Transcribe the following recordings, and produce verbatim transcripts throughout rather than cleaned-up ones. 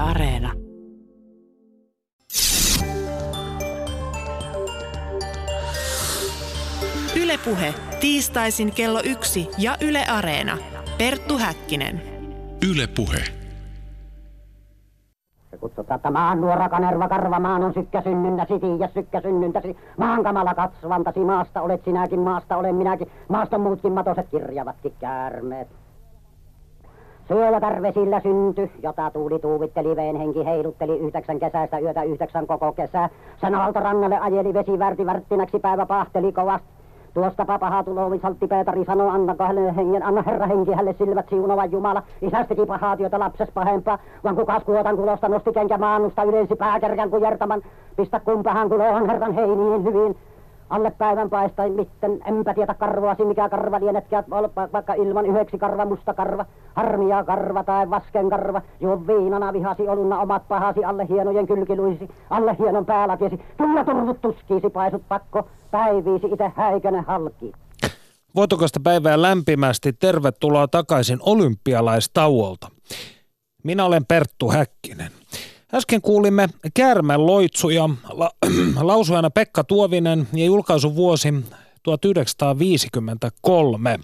Areena. Yle Puhe. Tiistaisin kello yksi ja Yle Areena. Perttu Häkkinen. Yle Puhe. Se kutsutaan, että maan nuora kanerva karva, maan on sykkä synnyntäsi, tiiä sykkä synnyntäsi. Maan kamala kasvantasi, maasta olet sinäkin, maasta olen minäkin. Maasta muutkin matoset kirjavatkin käärmeet. Syöjätär vesillä synty, jota tuuli tuuvitteli, veen henki heilutteli yhdeksän kesäistä yötä, yhdeksän koko kesää. Sen alta rannalle ajeli vesi värti värttinäksi, päivä pahteli kovasti. Tuosta paha tulovi saltti Peetari sanoi, anna kahdelle hengen, anna Herra henki hälle silmät siunava Jumala. Isäs teki pahaa työtä lapses pahempaa, vaan kukas kuotan kulosta nosti kenkä maannusta ylensi pääkärkän kuin jertaman. Pistä kumpahan kuloon Herran heiniin hyvin. Alle päivän paistai mitten, enpä tiedä karvoasi, mikä karva lienetkään, vaikka ilman yhdeksi karva, musta karva, harmia karva tai vasken karva. Juo viinana vihasi olunna omat pahasi, alle hienojen kylkiluisi, alle hienon päälakesi. Kyllä turvut tuskiisi, paisut pakko, päiviisi ite häikönen halki. Voitokasta päivää lämpimästi, tervetuloa takaisin olympialaistauolta. Minä olen Perttu Häkkinen. Äsken kuulimme Käärmän loitsuja, la, lausujana Pekka Tuovinen ja julkaisuvuosi tuhatyhdeksänsataaviisikymmentäkolme.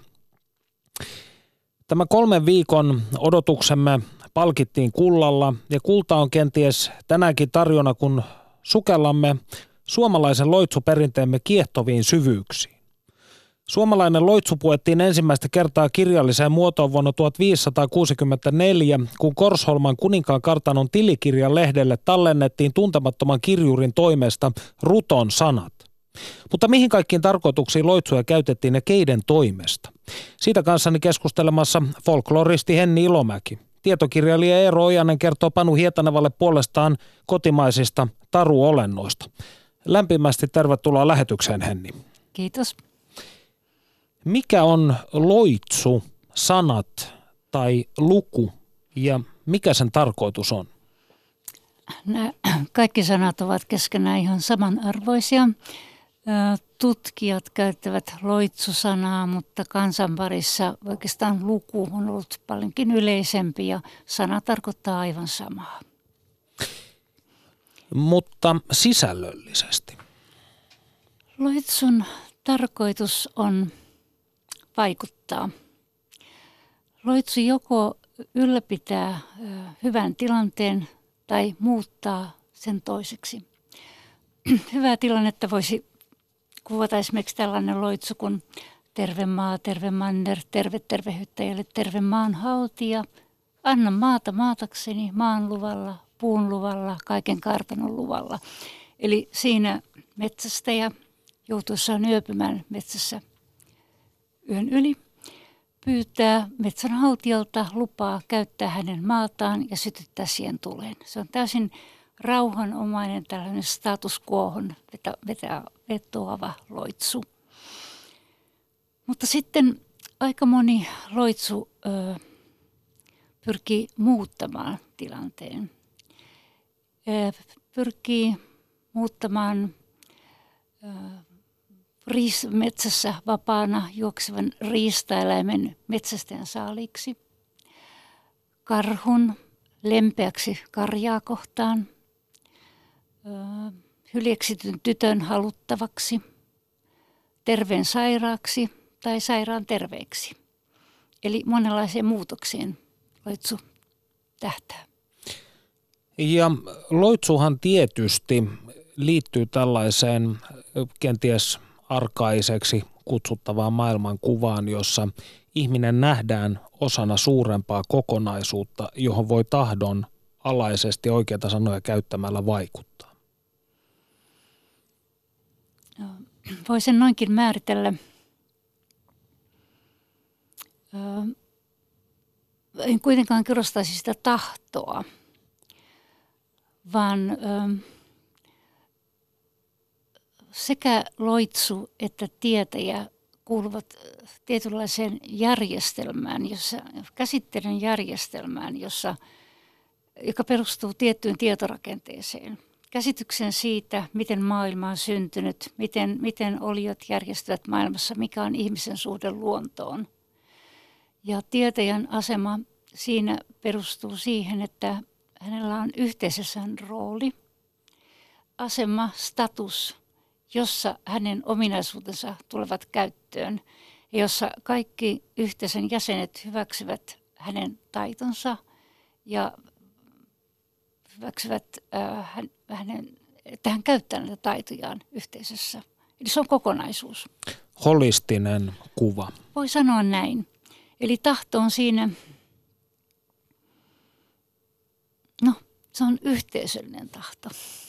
Tämä kolmen viikon odotuksemme palkittiin kullalla ja kulta on kenties tänäänkin tarjona, kun sukellamme suomalaisen loitsuperinteemme kiehtoviin syvyyksiin. Suomalainen loitsu puettiin ensimmäistä kertaa kirjalliseen muotoon vuonna tuhatviisisataakuusikymmentäneljä, kun Korsholman kuninkaan kartanon tilikirjan lehdelle tallennettiin tuntemattoman kirjurin toimesta ruton sanat. Mutta mihin kaikkiin tarkoituksiin loitsuja käytettiin ja keiden toimesta? Siitä kanssani keskustelemassa folkloristi Henni Ilomäki. Tietokirjailija Eero Ojanen kertoo Panu Hietanevalle puolestaan kotimaisista taruolennoista. Lämpimästi tervetuloa lähetykseen, Henni. Kiitos. Mikä on loitsu, sanat tai luku ja mikä sen tarkoitus on? Nämä kaikki sanat ovat keskenään ihan samanarvoisia. Tutkijat käyttävät loitsusanaa, mutta kansan parissa oikeastaan luku on ollut paljonkin yleisempi ja sana tarkoittaa aivan samaa. Mutta sisällöllisesti? Loitsun tarkoitus on vaikuttaa. Loitsu joko ylläpitää hyvän tilanteen tai muuttaa sen toiseksi. Hyvää tilannetta voisi kuvata esimerkiksi tällainen loitsu kuin terve maa, terve manner, terve tervehyttäjälle, terve maan haltija. Anna maata maatakseni maan luvalla, puun luvalla, kaiken kartanon luvalla. Eli siinä metsästäjä joutuessaan yöpymään metsässä yön yli pyytää metsänhaltijalta lupaa käyttää hänen maataan ja sytyttää siihen tuleen. Se on täysin rauhanomainen tällainen status quohon vetä, vetä, vetoava loitsu. Mutta sitten aika moni loitsu ö, pyrkii muuttamaan tilanteen. Ö, pyrkii muuttamaan ö, riis, metsässä vapaana juoksevan riistaeläimen metsästäjän saaliiksi, karhun lempeäksi karjaa kohtaan, ö, hyljeksityn tytön haluttavaksi, terveen sairaaksi tai sairaan terveeksi. Eli monenlaisiin muutoksiin loitsu tähtää. Ja loitsuhan tietysti liittyy tällaiseen kenties arkaiseksi kutsuttavaan maailmankuvaan, jossa ihminen nähdään osana suurempaa kokonaisuutta, johon voi tahdon alaisesti oikeita sanoja käyttämällä vaikuttaa. Voisin noinkin määritellä. En kuitenkaan korostaisi sitä tahtoa, vaan sekä loitsu että tietäjä kuuluvat tietynlaiseen järjestelmään, jossa, käsitteiden järjestelmään, jossa, joka perustuu tiettyyn tietorakenteeseen. Käsityksen siitä, miten maailma on syntynyt, miten, miten oliot järjestyvät maailmassa, mikä on ihmisen suhde luontoon. Ja tietäjän asema siinä perustuu siihen, että hänellä on yhteisössään rooli, asema, status, jossa hänen ominaisuutensa tulevat käyttöön ja jossa kaikki yhteisön jäsenet hyväksyvät hänen taitonsa ja hyväksyvät äh, hänen, että hän käyttää näitä taitojaan yhteisössä. Eli se on kokonaisuus. Holistinen kuva. Voi sanoa näin. Eli tahto on siinä, no se on yhteisöllinen tahto.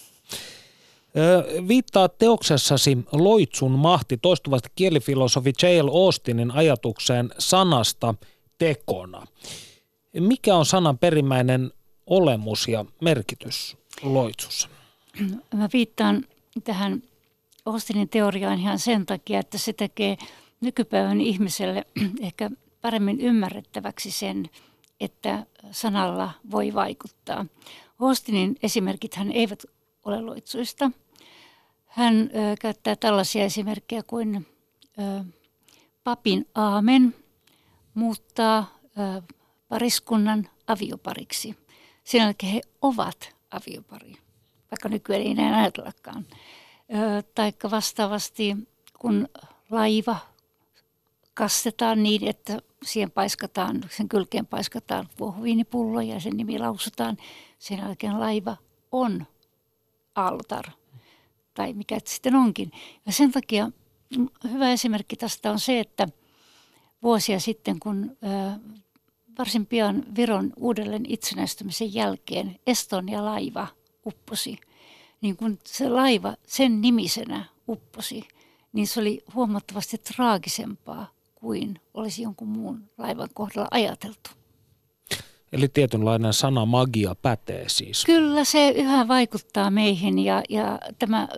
Viittaa teoksessasi Loitsun mahti toistuvasti kielifilosofi J L Austinin ajatukseen sanasta tekona. Mikä on sanan perimmäinen olemus ja merkitys Loitsussa? Mä viittaan tähän Austinin teoriaan ihan sen takia, että se tekee nykypäivän ihmiselle ehkä paremmin ymmärrettäväksi sen, että sanalla voi vaikuttaa. Austinin esimerkithän eivät ole loitsuista. Hän ö, käyttää tällaisia esimerkkejä kuin ö, papin aamen muuttaa ö, pariskunnan aviopariksi. Sen jälkeen he ovat aviopari, vaikka nykyään ei näin ajatellakaan. Ö, taikka vastaavasti, kun laiva kastetaan niin, että siihen paiskataan, sen kylkeen paiskataan vuohuviinipullo ja sen nimi lausutaan. Sen jälkeen laiva on altar, tai mikä sitten onkin. Ja sen takia hyvä esimerkki tästä on se, että vuosia sitten, kun ö, varsin pian Viron uudelleen itsenäistymisen jälkeen Estonia-laiva upposi, niin kun se laiva sen nimisenä upposi, niin se oli huomattavasti traagisempaa kuin olisi jonkun muun laivan kohdalla ajateltu. Eli tietynlainen sana magia pätee siis. Kyllä se yhä vaikuttaa meihin ja, ja tämä äh,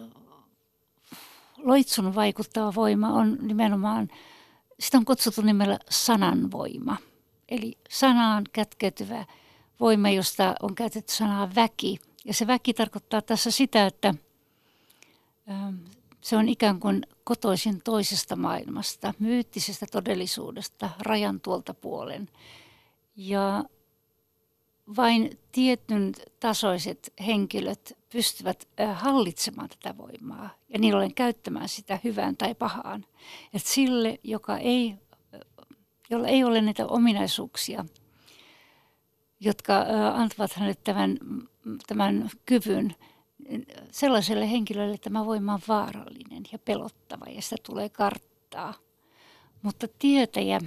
Loitsun vaikuttava voima on nimenomaan, sitä on kutsuttu nimellä sananvoima. Eli sanaan kätkeytyvä voima, josta on käytetty sanaa väki. Ja se väki tarkoittaa tässä sitä, että äh, se on ikään kuin kotoisin toisesta maailmasta, myyttisestä todellisuudesta, rajan tuolta puolen. Ja vain tietyn tasoiset henkilöt pystyvät hallitsemaan tätä voimaa ja niin ollen käyttämään sitä hyvään tai pahaan. Et sille, joka ei, jolla ei ole niitä ominaisuuksia, jotka antavat hänelle tämän, tämän kyvyn, sellaiselle henkilölle tämä voima on vaarallinen ja pelottava ja sitä tulee karttaa. Mutta tietäjä,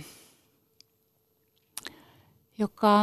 joka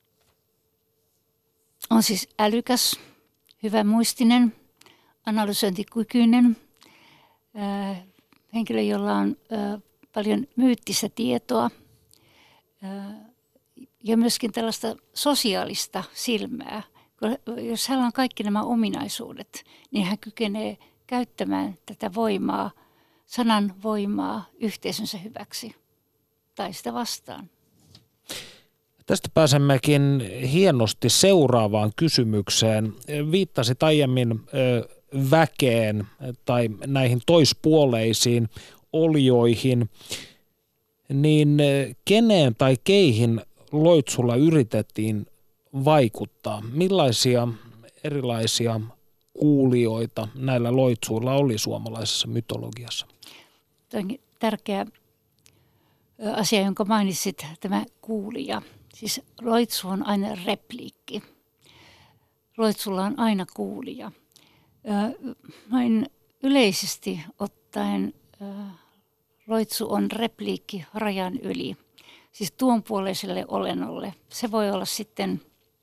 on siis älykäs, hyvämuistinen, analysointikykyinen, äh, henkilö, jolla on äh, paljon myyttistä tietoa äh, ja myöskin tällaista sosiaalista silmää. Jos hänellä on kaikki nämä ominaisuudet, niin hän kykenee käyttämään tätä voimaa, sanan voimaa yhteisönsä hyväksi tai sitä vastaan. Tästä pääsemmekin hienosti seuraavaan kysymykseen. Viittasit aiemmin väkeen tai näihin toispuoleisiin olioihin, niin keneen tai keihin Loitsulla yritettiin vaikuttaa? Millaisia erilaisia kuulijoita näillä loitsuilla oli suomalaisessa mytologiassa? Tämä on tärkeä asia, jonka mainitsit, tämä kuulija. Siis loitsu on aina repliikki. Loitsulla on aina kuulija. Noin yleisesti ottaen loitsu on repliikki rajan yli. Siis tuonpuoleiselle olennolle. Se voi olla sitten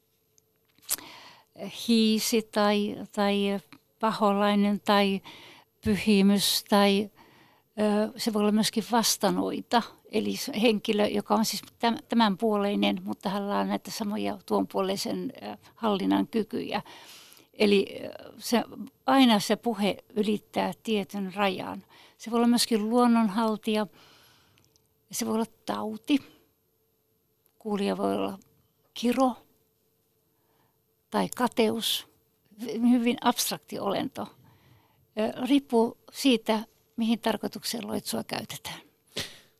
hiisi tai, tai paholainen tai pyhimys tai se voi olla myöskin vastanoita. Eli henkilö, joka on siis tämänpuoleinen, mutta hänellä on näitä samoja tuonpuoleisen hallinnan kykyjä. Eli se, aina se puhe ylittää tietyn rajan. Se voi olla myöskin luonnonhaltija. Se voi olla tauti. Kuulija voi olla kiro tai kateus. Hyvin abstrakti olento. Riippuu siitä, mihin tarkoitukseen loitsua käytetään.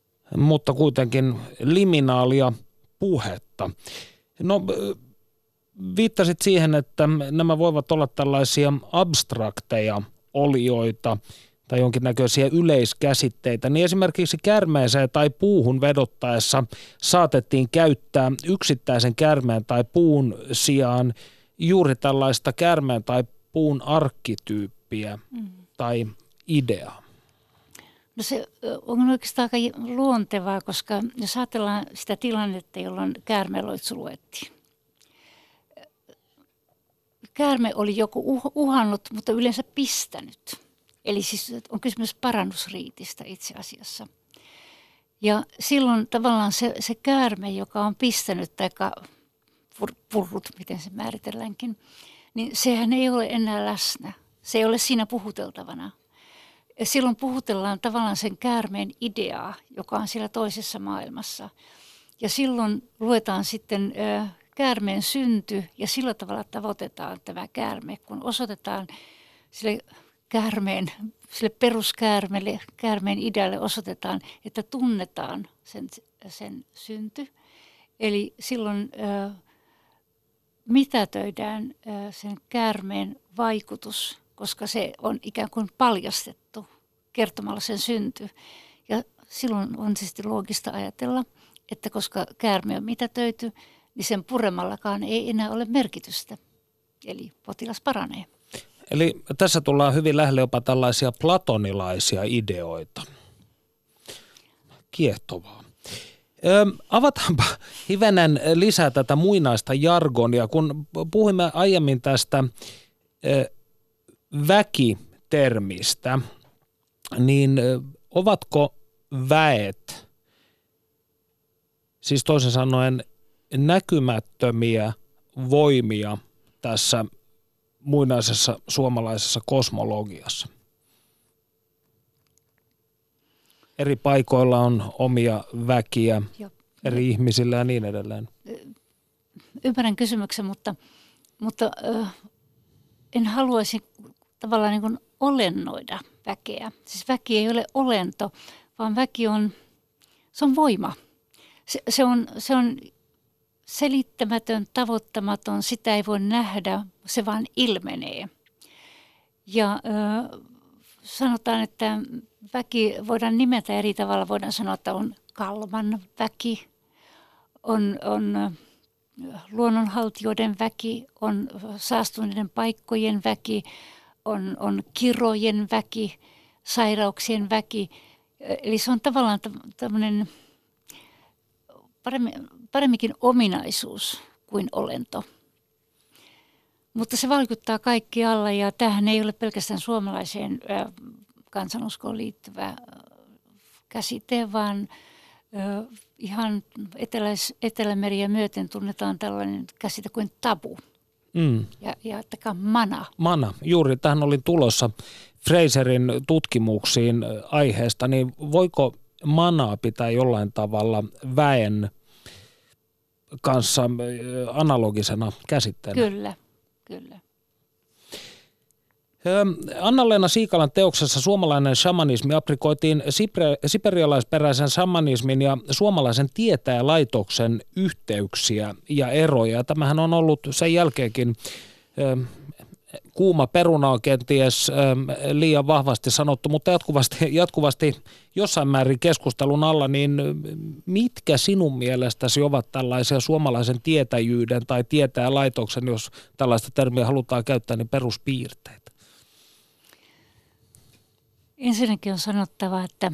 Mutta kuitenkin liminaalia puhetta. No, viittasit siihen, että nämä voivat olla tällaisia abstrakteja olioita tai jonkinnäköisiä yleiskäsitteitä, niin esimerkiksi käärmeeseen tai puuhun vedottaessa saatettiin käyttää yksittäisen käärmeen tai puun sijaan juuri tällaista käärmeen tai puun arkkityyppiä mm. tai ideaa. No se on oikeastaan aika luontevaa, koska jos ajatellaan sitä tilannetta, jolloin käärmeloitsu luettiin. Käärme oli joku uhannut, mutta yleensä pistänyt. Eli siis on kysymys parannusriitistä itse asiassa. Ja silloin tavallaan se, se käärme, joka on pistänyt tai purrut, miten se määritelläänkin, niin sehän ei ole enää läsnä. Se ei ole siinä puhuteltavana. Ja silloin puhutellaan tavallaan sen käärmeen ideaa, joka on siellä toisessa maailmassa. Ja silloin luetaan sitten ö, käärmeen synty ja sillä tavalla tavoitetaan tämä käärme, kun osoitetaan sille käärmeen, sille peruskäärmeelle, käärmeen idealle osoitetaan, että tunnetaan sen, sen synty. Eli silloin ö, mitätöidään ö, sen käärmeen vaikutus, koska se on ikään kuin paljastettu kertomalla sen synty. Ja silloin on siis loogista ajatella, että koska käärme on mitätöity, niin sen puremallakaan ei enää ole merkitystä. Eli potilas paranee. Eli tässä tullaan hyvin lähelle jopa tällaisia platonilaisia ideoita. Kiehtovaa. Ö, avataanpa hivenen lisää tätä muinaista jargonia, kun puhuimme aiemmin tästä ö, väkitermistä, niin ö, ovatko väet, siis toisin sanoen näkymättömiä voimia tässä muinaisessa suomalaisessa kosmologiassa? Eri paikoilla on omia väkiä, Joo. eri ihmisillä ja niin edelleen. Ymmärrän kysymyksen, mutta, mutta äh, en haluaisi tavallaan niin kuin olennoida väkeä. Siis väki ei ole olento, vaan väki on, se on voima. Se, se, on, se on selittämätön, tavoittamaton, sitä ei voi nähdä, se vaan ilmenee. Ja äh, sanotaan, että väki voidaan nimetä eri tavalla. Voidaan sanoa, että on kalman väki, on, on luonnonhaltijoiden väki, on saastuneiden paikkojen väki, on, on kirojen väki, sairauksien väki. Eli se on tavallaan tämmöinen paremmin, paremminkin ominaisuus kuin olento. Mutta se vaikuttaa kaikkialla ja tämähän ei ole pelkästään suomalaiseen kansanuskoon liittyvä käsite, vaan ihan Eteläis, Etelämeriä myöten tunnetaan tällainen käsite kuin tabu. Mm. Ja, ja että mana. Mana, juuri tähän olin tulossa Fraserin tutkimuksiin aiheesta, niin voiko manaa pitää jollain tavalla väen kanssa analogisena käsitteenä? Kyllä, kyllä. Anna-Leena Siikalan teoksessa Suomalainen shamanismi aprikoitiin siperialaisperäisen shamanismin ja suomalaisen tietäjälaitoksen yhteyksiä ja eroja. Tämähän on ollut sen jälkeenkin kuuma peruna on kenties liian vahvasti sanottu, mutta jatkuvasti, jatkuvasti jossain määrin keskustelun alla, niin mitkä sinun mielestäsi ovat tällaisia suomalaisen tietäjyyden tai tietäjälaitoksen, jos tällaista termiä halutaan käyttää, niin peruspiirteitä? Ensinnäkin on sanottava, että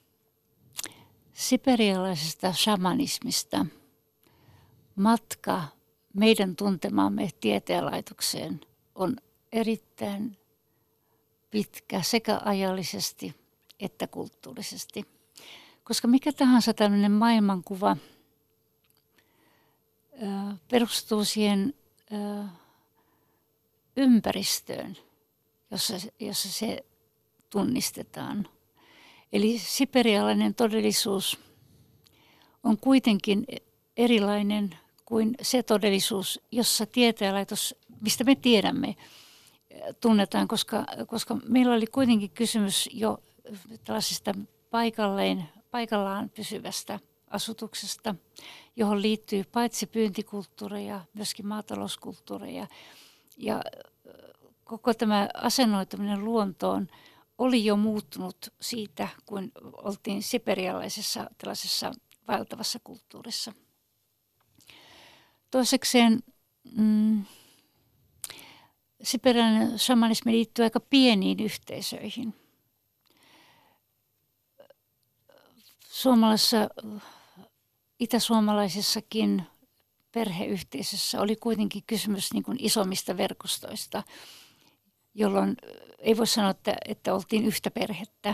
siperialaisesta shamanismista matka meidän tuntemaamme tieteenlaitokseen on erittäin pitkä sekä ajallisesti että kulttuurisesti. Koska mikä tahansa tämmöinen maailmankuva ö, perustuu siihen ö, ympäristöön, jossa, jossa se tunnistetaan. Eli siperialainen todellisuus on kuitenkin erilainen kuin se todellisuus, jossa tieteenlaitos, mistä me tiedämme, tunnetaan, koska, koska meillä oli kuitenkin kysymys jo tällaisesta paikalleen, paikallaan pysyvästä asutuksesta, johon liittyy paitsi pyyntikulttuureja, myöskin maatalouskulttuureja. Ja koko tämä asennoituminen luontoon oli jo muuttunut siitä, kun oltiin siperialaisessa tällaisessa vaeltavassa kulttuurissa. Toisekseen mm, siperialainen shamanismi liittyy aika pieniin yhteisöihin. Suomalaisessa, itäsuomalaisessakin perheyhteisössä oli kuitenkin kysymys niin kuin isommista verkostoista, jolloin ei voi sanoa, että, että oltiin yhtä perhettä.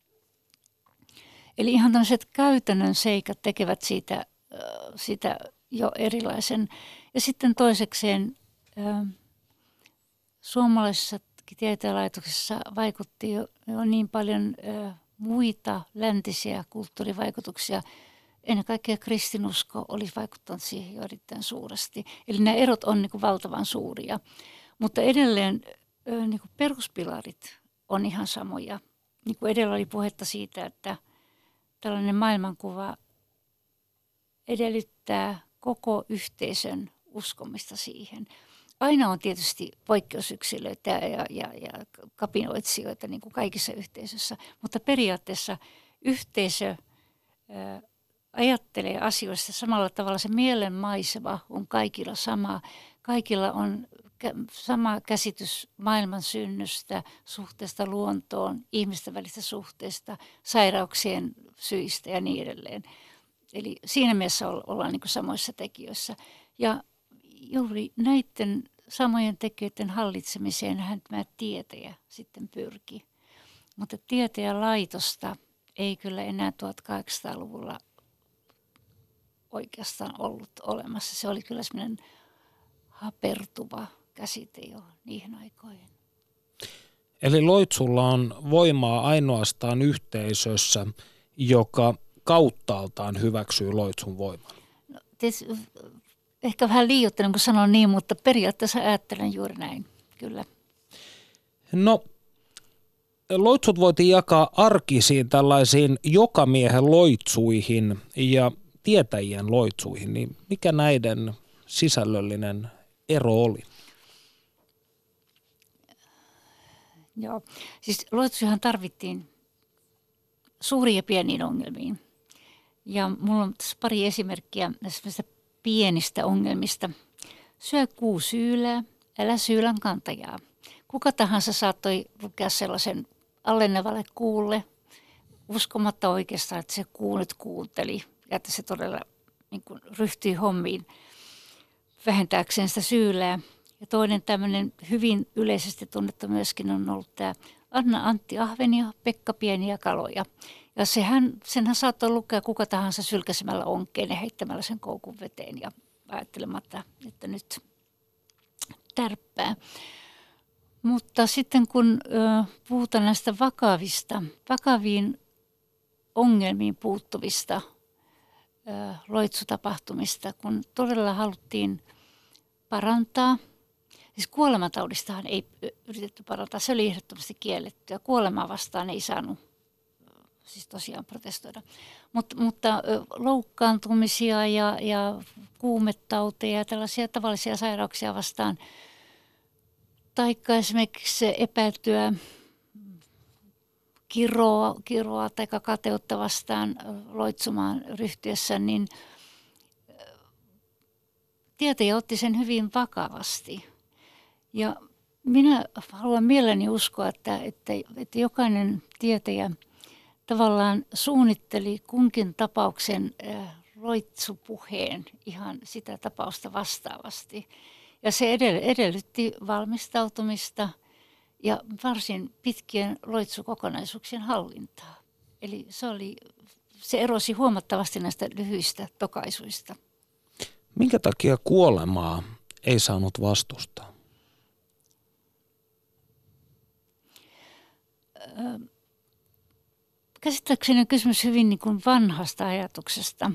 Eli ihan tämmöiset käytännön seikat tekevät siitä, siitä jo erilaisen. Ja sitten toisekseen suomalaisessa tieteenlaitoksessa vaikutti jo, jo niin paljon muita läntisiä kulttuurivaikutuksia. Ennen kaikkea kristinusko oli vaikuttanut siihen jo erittäin suuresti. Eli nämä erot on niin kuin valtavan suuria. Mutta edelleen niin kuin peruspilarit on ihan samoja. Niin kuin edellä oli puhetta siitä, että tällainen maailmankuva edellyttää koko yhteisön uskomista siihen. Aina on tietysti poikkeusyksilöitä ja, ja, ja kapinoitsijoita niin kuin kaikissa yhteisöissä, mutta periaatteessa yhteisö ää, ajattelee asioista samalla tavalla. Se mielenmaisema on kaikilla sama. Kaikilla on sama käsitys maailman synnystä, suhteesta luontoon, ihmisten välistä suhteesta, sairauksien syistä ja niin edelleen. Eli siinä mielessä ollaan niin kuin samoissa tekijöissä. Ja juuri näiden samojen tekijöiden hallitsemiseen hän tämä tietäjä sitten pyrki. Mutta tietäjälaitosta ei kyllä enää tuhatkahdeksansataaluvulla oikeastaan ollut olemassa. Se oli kyllä semmoinen hapertuva käsite jo niihin aikoihin. Eli loitsulla on voimaa ainoastaan yhteisössä, joka kauttaaltaan hyväksyy loitsun voiman. No, ties, ehkä vähän liioittelen, kun sanon niin, mutta periaatteessa ajattelen juuri näin, kyllä. No, loitsut voitiin jakaa arkisiin tällaisiin jokamiehen loitsuihin ja tietäjien loitsuihin. Niin mikä näiden sisällöllinen ero oli? Joo, siis loitsujahan tarvittiin suuriin ja pieniin ongelmiin. Ja mulla on tässä pari esimerkkiä näistä pienistä ongelmista. Syö kuu syylää, älä syylän kantajaa. Kuka tahansa saattoi lukea sellaisen allenevalle kuulle, uskomatta oikeastaan, että se kuu nyt kuunteli ja että se todella niin kuin ryhtyi hommiin vähentääkseen sitä syylää. Ja toinen tämmöinen hyvin yleisesti tunnettu myöskin on ollut tämä Anna Antti ahvenia, Pekka pieniä kaloja. Ja sehän, senhän saattoi lukea kuka tahansa sylkäsemällä onkeen ja heittämällä sen koukun veteen ja ajattelematta, että nyt tärppää. Mutta sitten kun ö, puhutaan näistä vakavista, vakaviin ongelmiin puuttuvista ö, loitsutapahtumista, kun todella haluttiin parantaa. Siis kuolemataudistahan ei yritetty parantaa, se oli ehdottomasti kielletty ja kuolemaa vastaan ei saanut siis tosiaan protestoida. Mut, mutta loukkaantumisia ja, ja kuumetauteja ja tällaisia tavallisia sairauksia vastaan, taikka esimerkiksi epäiltyä kiroa, kiroa tai kateutta vastaan loitsumaan ryhtyessä, niin tietäjä otti sen hyvin vakavasti. Ja minä haluan mielelläni uskoa, että, että, että jokainen tietäjä tavallaan suunnitteli kunkin tapauksen loitsupuheen ihan sitä tapausta vastaavasti. Ja se edellytti valmistautumista ja varsin pitkien loitsukokonaisuuksien hallintaa. Eli se, oli, se erosi huomattavasti näistä lyhyistä tokaisuista. Minkä takia kuolemaa ei saanut vastustaa? Käsittääkseni on kysymys hyvin niin kuin vanhasta ajatuksesta.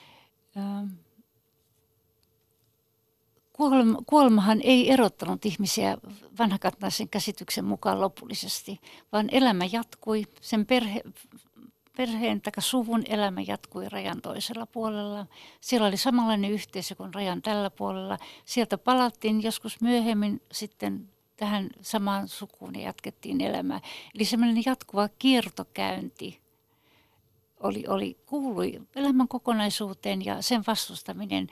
Kuolema, kuolemahan ei erottanut ihmisiä vanhakantaisen käsityksen mukaan lopullisesti, vaan elämä jatkui. Sen perhe, perheen tai suvun elämä jatkui rajan toisella puolella. Siellä oli samanlainen yhteisö kuin rajan tällä puolella. Sieltä palattiin joskus myöhemmin sitten tähän samaan sukuun ja jatkettiin elämää. Eli semmoinen jatkuva kiertokäynti oli, oli, kuului elämän kokonaisuuteen ja sen vastustaminen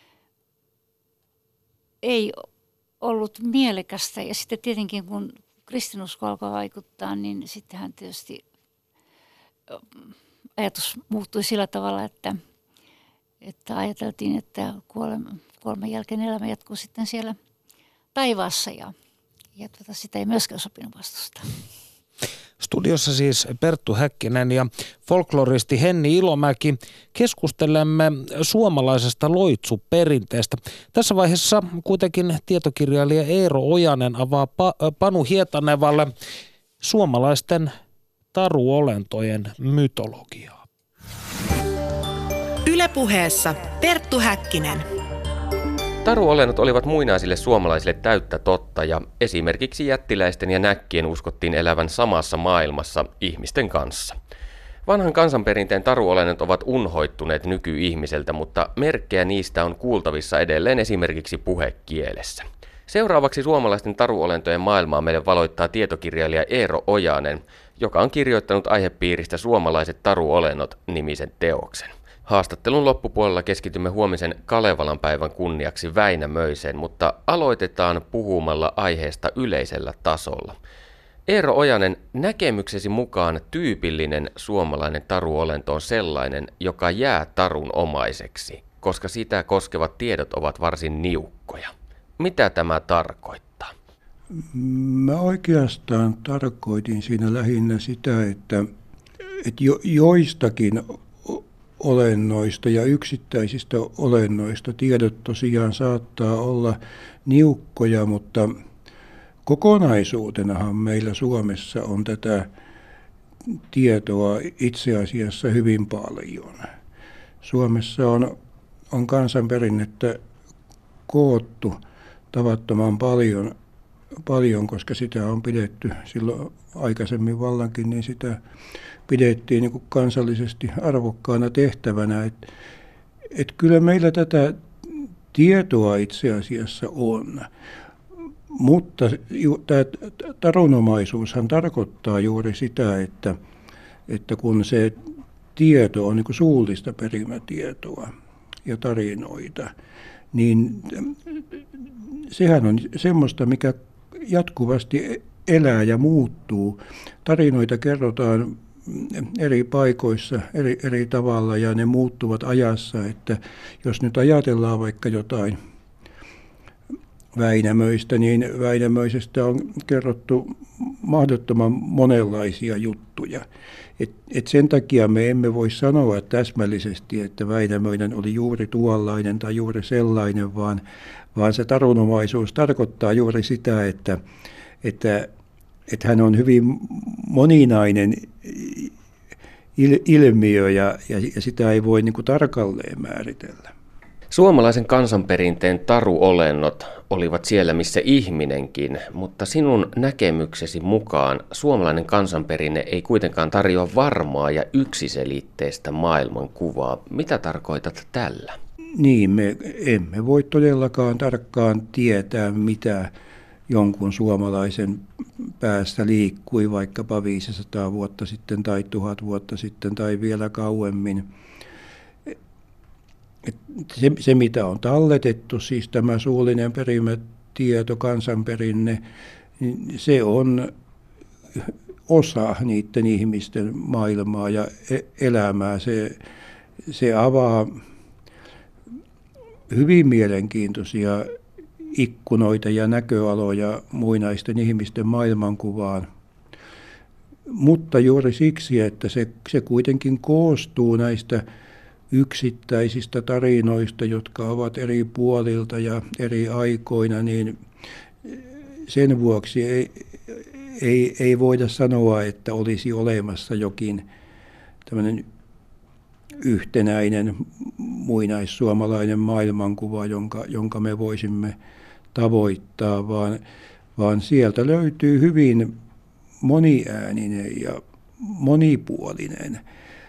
ei ollut mielekästä. Ja sitten tietenkin kun kristinusko alkoi vaikuttaa, niin sittenhän tietysti ajatus muuttui sillä tavalla, että, että ajateltiin, että kuoleman, kuoleman jälkeen elämä jatkuu sitten siellä taivaassa ja, ja tuota, sitä ei myöskään sopinut vastustaa. Studiossa siis Perttu Häkkinen ja folkloristi Henni Ilomäki. Keskustelemme suomalaisesta loitsuperinteestä. Tässä vaiheessa kuitenkin tietokirjailija Eero Ojanen avaa pa- Panu Hietanevalle suomalaisten taruolentojen mytologiaa. Yle Puheessa Perttu Häkkinen. Taruolennot olivat muinaisille suomalaisille täyttä totta ja esimerkiksi jättiläisten ja näkkien uskottiin elävän samassa maailmassa ihmisten kanssa. Vanhan kansanperinteen taruolennot ovat unhoittuneet nykyihmiseltä, mutta merkkejä niistä on kuultavissa edelleen esimerkiksi puhekielessä. Seuraavaksi suomalaisten taruolentojen maailmaa meille valoittaa tietokirjailija Eero Ojanen, joka on kirjoittanut aihepiiristä Suomalaiset taruolennot -nimisen teoksen. Haastattelun loppupuolella keskitymme huomisen Kalevalan päivän kunniaksi Väinämöiseen, mutta aloitetaan puhumalla aiheesta yleisellä tasolla. Eero Ojanen, näkemyksesi mukaan tyypillinen suomalainen taruolento on sellainen, joka jää tarun omaiseksi, koska sitä koskevat tiedot ovat varsin niukkoja. Mitä tämä tarkoittaa? Mä oikeastaan tarkoitin siinä lähinnä sitä, että, että jo, joistakin olennoista ja yksittäisistä olennoista tiedot tosiaan saattaa olla niukkoja, mutta kokonaisuutenahan meillä Suomessa on tätä tietoa itse asiassa hyvin paljon. Suomessa on, on kansanperinnettä koottu tavattoman paljon, paljon, koska sitä on pidetty silloin aikaisemmin vallankin, niin sitä pidettiin niin kuin kansallisesti arvokkaana tehtävänä. Et, et kyllä meillä tätä tietoa itse asiassa on, mutta tämä tarunomaisuushan tarkoittaa juuri sitä, että, että kun se tieto on niin kuin suullista perimätietoa ja tarinoita, niin sehän on semmoista, mikä jatkuvasti elää ja muuttuu. Tarinoita kerrotaan eri paikoissa eri, eri tavalla ja ne muuttuvat ajassa, että jos nyt ajatellaan vaikka jotain Väinämöistä, niin Väinämöisestä on kerrottu mahdottoman monenlaisia juttuja. Et, et sen takia me emme voi sanoa täsmällisesti, että Väinämöinen oli juuri tuollainen tai juuri sellainen, vaan, vaan se tarunomaisuus tarkoittaa juuri sitä, että, että, että hän on hyvin moninainen il, ilmiö ja, ja, ja sitä ei voi niin kuin tarkalleen määritellä. Suomalaisen kansanperinteen taruolennot olivat siellä, missä ihminenkin, mutta sinun näkemyksesi mukaan suomalainen kansanperinne ei kuitenkaan tarjoa varmaa ja yksiselitteistä maailmankuvaa. Mitä tarkoitat tällä? Niin, me emme voi todellakaan tarkkaan tietää, mitä jonkun suomalaisen päässä liikkui vaikkapa viisisataa vuotta sitten tai tuhat vuotta sitten tai vielä kauemmin. Se, se, mitä on talletettu, siis tämä suullinen perimätieto, kansanperinne, niin se on osa niiden ihmisten maailmaa ja elämää. Se, se avaa hyvin mielenkiintoisia ikkunoita ja näköaloja muinaisten ihmisten maailmankuvaan. Mutta juuri siksi, että se, se kuitenkin koostuu näistä yksittäisistä tarinoista, jotka ovat eri puolilta ja eri aikoina, niin sen vuoksi ei, ei, ei voida sanoa, että olisi olemassa jokin tämmöinen yhtenäinen muinaissuomalainen maailmankuva, jonka, jonka me voisimme tavoittaa, vaan, vaan sieltä löytyy hyvin moniääninen ja monipuolinen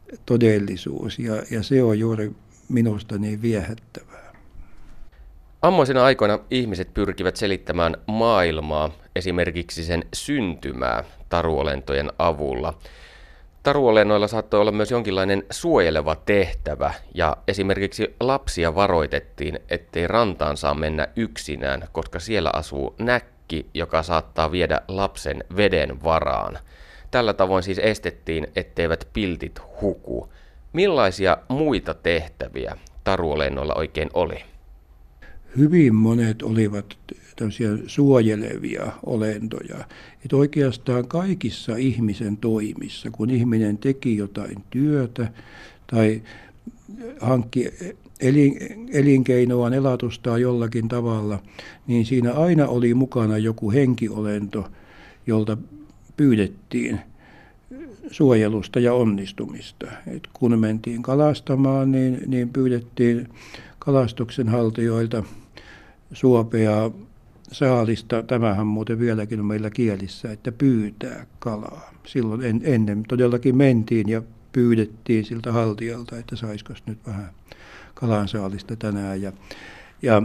todellisuus ja, ja se on juuri minusta niin viehättävää. Ammoisina aikoina ihmiset pyrkivät selittämään maailmaa, esimerkiksi sen syntymää, taruolentojen avulla. Taruolennoilla saattoi olla myös jonkinlainen suojeleva tehtävä, ja esimerkiksi lapsia varoitettiin, ettei rantaan saa mennä yksinään, koska siellä asuu näkki, joka saattaa viedä lapsen veden varaan. Tällä tavoin siis estettiin, etteivät piltit huku. Millaisia muita tehtäviä taruolennoilla oikein oli? Hyvin monet olivat tämmöisiä suojelevia olentoja. Että oikeastaan kaikissa ihmisen toimissa, kun ihminen teki jotain työtä tai hankki elin, elinkeinoa, elatustaan jollakin tavalla, niin siinä aina oli mukana joku henkiolento, jolta pyydettiin suojelusta ja onnistumista. Et kun mentiin kalastamaan, niin, niin pyydettiin kalastuksen haltijoilta suopeaa saalista. Tämähän muuten vieläkin on meillä kielissä, että pyytää kalaa. Silloin en, ennen todellakin mentiin ja pyydettiin siltä haltijalta, että saisiko nyt vähän kalansaalista tänään. Ja, ja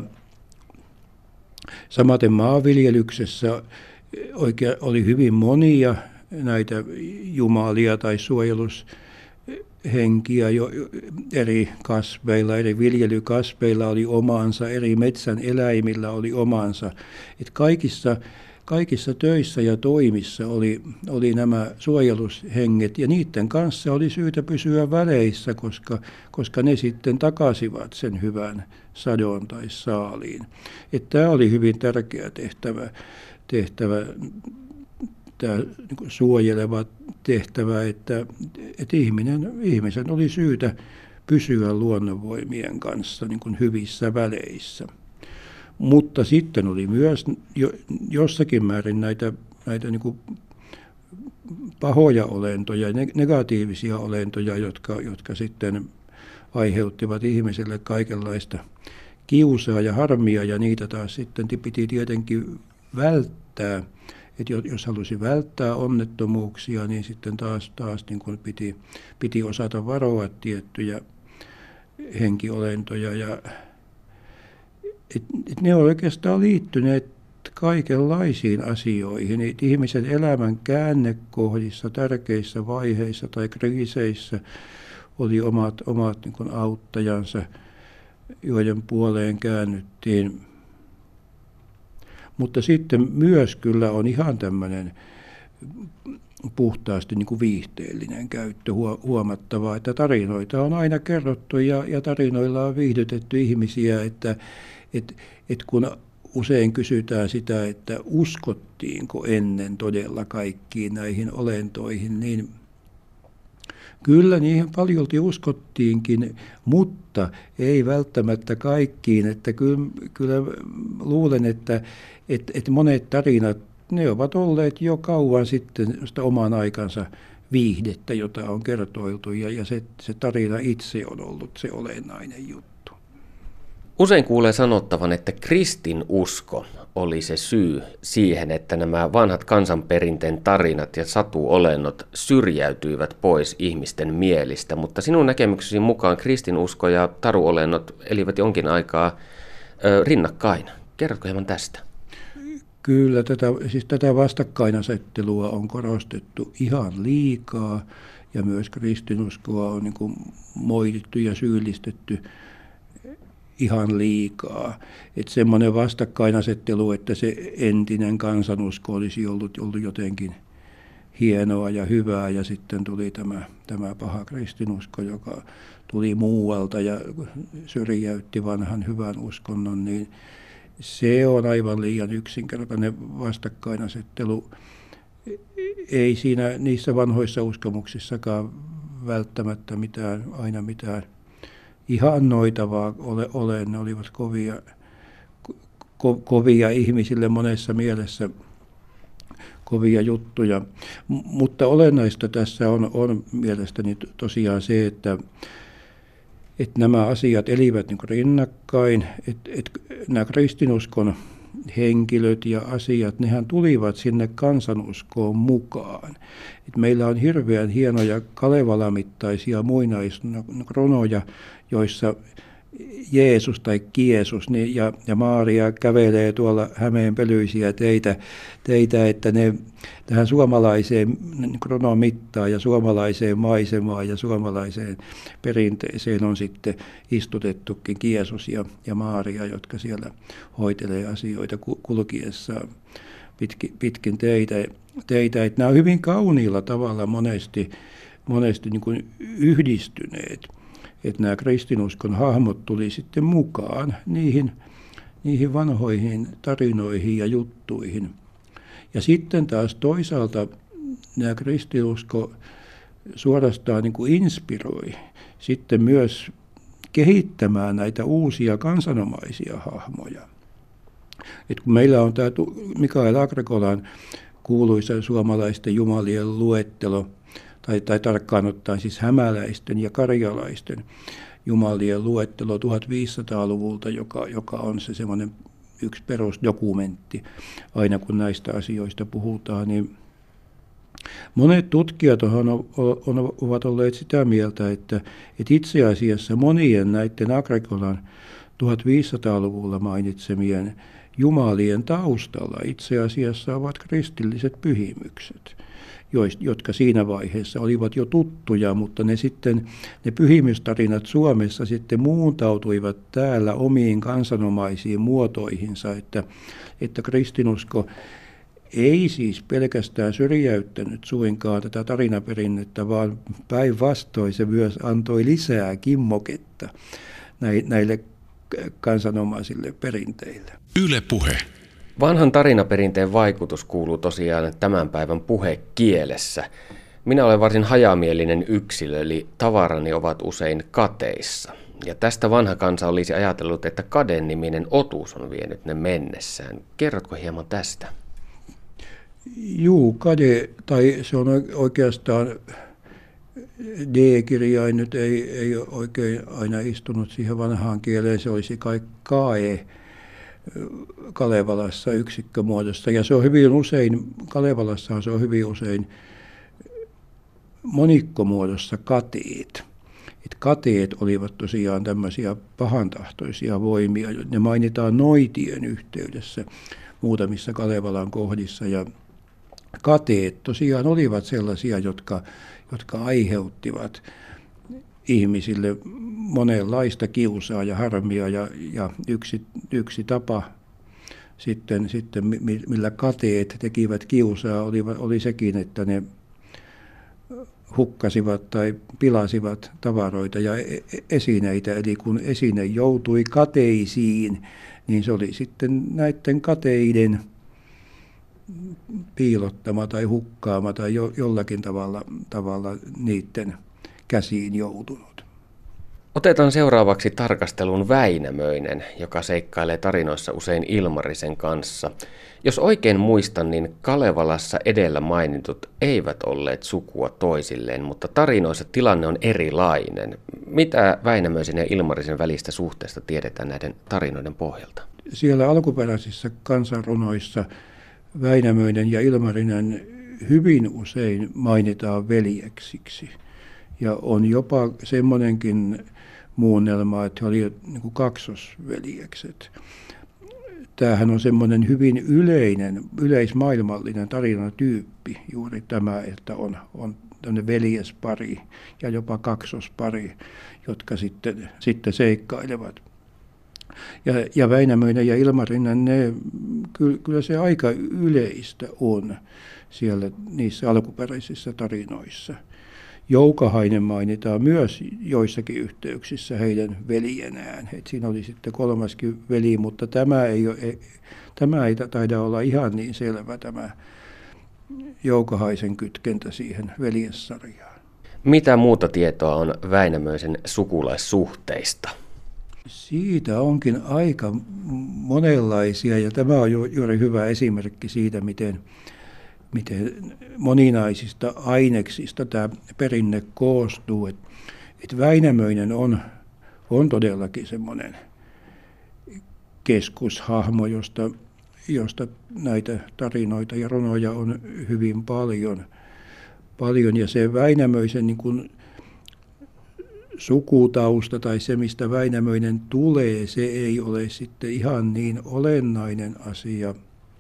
samaten maanviljelyksessä oikein oli hyvin monia näitä jumalia tai suojelushenkiä jo eri kasveilla, eri viljelykasveilla oli omansa, eri metsän eläimillä oli omansa. Et kaikissa, kaikissa töissä ja toimissa oli, oli nämä suojelushenget ja niiden kanssa oli syytä pysyä väleissä, koska, koska ne sitten takasivat sen hyvän sadon tai saaliin. Tämä oli hyvin tärkeä tehtävä. tehtävä tämä niin suojeleva tehtävä, että, että ihminen, ihmisen oli syytä pysyä luonnonvoimien kanssa niin kuin hyvissä väleissä. Mutta sitten oli myös jo, jossakin määrin näitä, näitä niin kuin pahoja olentoja, negatiivisia olentoja, jotka, jotka sitten aiheuttivat ihmiselle kaikenlaista kiusaa ja harmia, ja niitä taas sitten piti tietenkin välttää. Että jos halusi välttää onnettomuuksia, niin sitten taas, taas niin kuin piti, piti osata varoa tiettyjä henkiolentoja. Ja, et, et ne on oikeastaan liittyneet kaikenlaisiin asioihin. Et ihmisen elämän käännekohdissa, tärkeissä vaiheissa tai kriiseissä oli omat, omat niin kuin auttajansa, joiden puoleen käännyttiin. Mutta sitten myös kyllä on ihan tämmöinen puhtaasti niin kuin viihteellinen käyttö huomattavaa, että tarinoita on aina kerrottu ja, ja tarinoilla on viihdytetty ihmisiä, että et, et kun usein kysytään sitä, että uskottiinko ennen todella kaikkiin näihin olentoihin, niin kyllä niihin paljolti uskottiinkin, mutta ei välttämättä kaikkiin. Että kyllä, kyllä luulen, että, että, että monet tarinat, ne ovat olleet jo kauan sitten sitä oman aikansa viihdettä, jota on kertoiltu, ja, ja se, se tarina itse on ollut se olennainen juttu. Usein kuulee sanottavan, että kristinusko oli se syy siihen, että nämä vanhat kansanperinteen tarinat ja satuolennot syrjäytyivät pois ihmisten mielistä, mutta sinun näkemyksesi mukaan kristinusko ja taruolennot elivät jonkin aikaa ö, rinnakkain. Kerrotko hieman tästä? Kyllä, tätä, siis tätä vastakkainasettelua on korostettu ihan liikaa ja myös kristinuskoa on niin kuin moitittu ja syyllistetty ihan liikaa. Että semmoinen vastakkainasettelu, että se entinen kansanusko olisi ollut, ollut jotenkin hienoa ja hyvää, ja sitten tuli tämä, tämä paha kristinusko, joka tuli muualta ja syrjäytti vanhan hyvän uskonnon, niin se on aivan liian yksinkertainen vastakkainasettelu. Ei siinä niissä vanhoissa uskomuksissakaan välttämättä mitään, aina mitään ihannoitavaa ole, ole. Ne olivat kovia, ko, kovia ihmisille monessa mielessä, kovia juttuja. M- mutta olennaista tässä on, on mielestäni tosiaan se, että, että nämä asiat elivät niin kuin rinnakkain, että, että nämä kristinuskon henkilöt ja asiat, nehän tulivat sinne kansanuskoon mukaan. Et meillä on hirveän hienoja Kalevala-mittaisia muinaiskronoja, joissa Jeesus tai Kiesus niin, ja, ja Maaria kävelee tuolla hämeenpölyisiä teitä, teitä, että ne tähän suomalaiseen kronomittaan ja suomalaiseen maisemaan ja suomalaiseen perinteeseen on sitten istutettukin Kiesus ja, ja Maaria, jotka siellä hoitelee asioita kulkiessaan pitkin, pitkin teitä. teitä. Että nämä on hyvin kauniilla tavalla monesti, monesti niin kuin yhdistyneet. Että nämä kristinuskon hahmot tuli sitten mukaan niihin, niihin vanhoihin tarinoihin ja juttuihin. Ja sitten taas toisaalta nämä kristinusko suorastaan niin kuin inspiroi sitten myös kehittämään näitä uusia kansanomaisia hahmoja. Et kun meillä on tämä Mikael Agricolan kuuluisa suomalaisten jumalien luettelo, Tai, tai tarkkaan ottaen siis hämäläisten ja karjalaisten jumalien luettelo tuhatviisisataaluvulta, joka, joka on se semmoinen yksi perusdokumentti. Aina kun näistä asioista puhutaan, niin monet tutkijat on, on, ovat olleet sitä mieltä, että, että itse asiassa monien näiden Agricolan tuhatviisisataaluvulla mainitsemien jumalien taustalla itse asiassa ovat kristilliset pyhimykset, jotka siinä vaiheessa olivat jo tuttuja, mutta ne sitten, ne pyhimystarinat Suomessa sitten muuntautuivat täällä omiin kansanomaisiin muotoihinsa, että, että kristinusko ei siis pelkästään syrjäyttänyt suinkaan tätä tarinaperinnettä, vaan päinvastoin se myös antoi lisää kimmoketta näille kansanomaisille perinteille. Yle Puhe. Vanhan tarinaperinteen vaikutus kuuluu tosiaan tämän päivän puhekielessä. Minä olen varsin hajamielinen yksilö, eli tavarani ovat usein kateissa. Ja tästä vanha kansa olisi ajatellut, että Kade-niminen otus on vienyt ne mennessään. Kerrotko hieman tästä? Juu, kade, tai se on oikeastaan, D-kirjain nyt ei, ei oikein aina istunut siihen vanhaan kieleen, se olisi kai kae Kalevalassa yksikkömuodossa, ja se on hyvin usein, Kalevalassahan se on hyvin usein monikkomuodossa kateet. Et kateet olivat tosiaan tämmöisiä pahantahtoisia voimia, ne mainitaan noitien yhteydessä muutamissa Kalevalan kohdissa, ja kateet tosiaan olivat sellaisia, jotka, jotka aiheuttivat ihmisille monenlaista kiusaa ja harmia, ja, ja yksi, yksi tapa sitten, sitten, millä kateet tekivät kiusaa, oli, oli sekin, että ne hukkasivat tai pilasivat tavaroita ja esineitä. Eli kun esine joutui kateisiin, niin se oli sitten näiden kateiden piilottama tai hukkaama tai jo, jollakin tavalla, tavalla niiden käsiin joutunut. Otetaan seuraavaksi tarkasteluun Väinämöinen, joka seikkailee tarinoissa usein Ilmarisen kanssa. Jos oikein muistan, niin Kalevalassa edellä mainitut eivät olleet sukua toisilleen, mutta tarinoissa tilanne on erilainen. Mitä Väinämöisen ja Ilmarisen välistä suhteesta tiedetään näiden tarinoiden pohjalta? Siellä alkuperäisissä kansanrunoissa Väinämöinen ja Ilmarinen hyvin usein mainitaan veljeksiksi. Ja on jopa semmoinenkin muunnelma, että he olivat niin kuin kaksosveljekset. Tämähän on semmoinen hyvin yleinen, yleismaailmallinen tarinatyyppi, juuri tämä, että on, on tämmöinen veljespari ja jopa kaksospari, jotka sitten, sitten seikkailevat. Ja, ja Väinämöinen ja Ilmarinen, ne, kyllä se aika yleistä on siellä niissä alkuperäisissä tarinoissa. Joukahainen mainitaan myös joissakin yhteyksissä heidän veljenään. Et siinä oli sitten kolmaskin veli, mutta tämä ei, ole, tämä ei taida olla ihan niin selvä tämä Joukahaisen kytkentä siihen veljessarjaan. Mitä muuta tietoa on Väinämöisen sukulaissuhteista? Siitä onkin aika monenlaisia, ja tämä on juuri hyvä esimerkki siitä, miten miten moninaisista aineksista tämä perinne koostuu. Et, et Väinämöinen on, on todellakin semmoinen keskushahmo, josta, josta näitä tarinoita ja runoja on hyvin paljon. paljon. Ja se Väinämöisen niin kuin sukutausta tai se, mistä Väinämöinen tulee, se ei ole sitten ihan niin olennainen asia.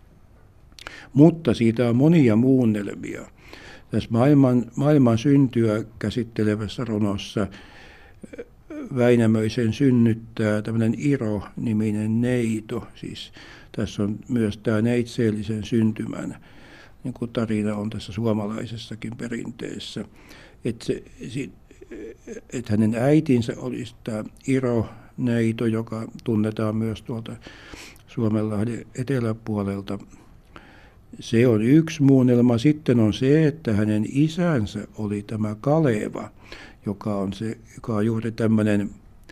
Mutta siitä on monia muunnelmia. Tässä maailman, maailman syntyä käsittelevässä runossa Väinämöisen synnyttää tämmöinen Iro-niminen neito. Siis tässä on myös tämä neitseellisen syntymän niin kuin tarina on tässä suomalaisessakin perinteessä. Että et hänen äitinsä olisi tämä Iro-neito, joka tunnetaan myös tuolta Suomenlahden eteläpuolelta. Se on yksi muunnelma. Sitten on se, että hänen isänsä oli tämä Kaleva, joka on, se, joka on juuri tämmöinen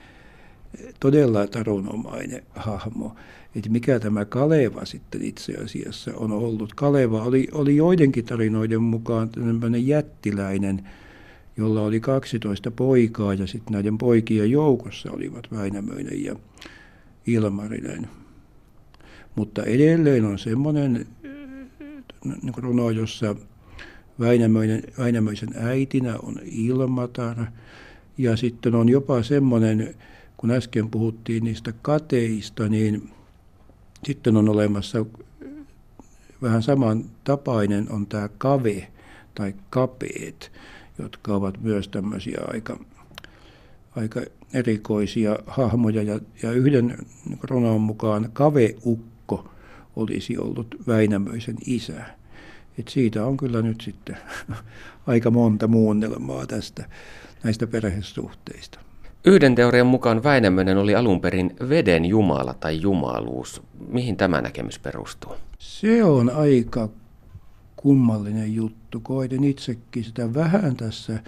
todella tarunomainen hahmo. Että mikä tämä Kaleva sitten itse asiassa on ollut. Kaleva oli, oli joidenkin tarinoiden mukaan tämmöinen jättiläinen, jolla oli kaksitoista poikaa, ja sitten näiden poikien joukossa olivat Väinämöinen ja Ilmarinen. Mutta edelleen on semmoinen niin kuin runo, jossa Väinämöinen, Väinämöisen äitinä on Ilmatar, ja sitten on jopa semmoinen, kun äsken puhuttiin niistä kateista, niin sitten on olemassa vähän samantapainen on tämä kave tai kapeet, jotka ovat myös tämmöisiä aika, aika erikoisia hahmoja. Ja, ja yhden runon mukaan kaveukko olisi ollut Väinämöisen isä. Et siitä on kyllä nyt sitten aika monta muunnelmaa tästä, näistä perhesuhteista. Yhden teorian mukaan Väinämöinen oli alun perin veden jumala tai jumaluus. Mihin tämä näkemys perustuu? Se on aika kummallinen juttu. Koitin itsekin sitä vähän tässä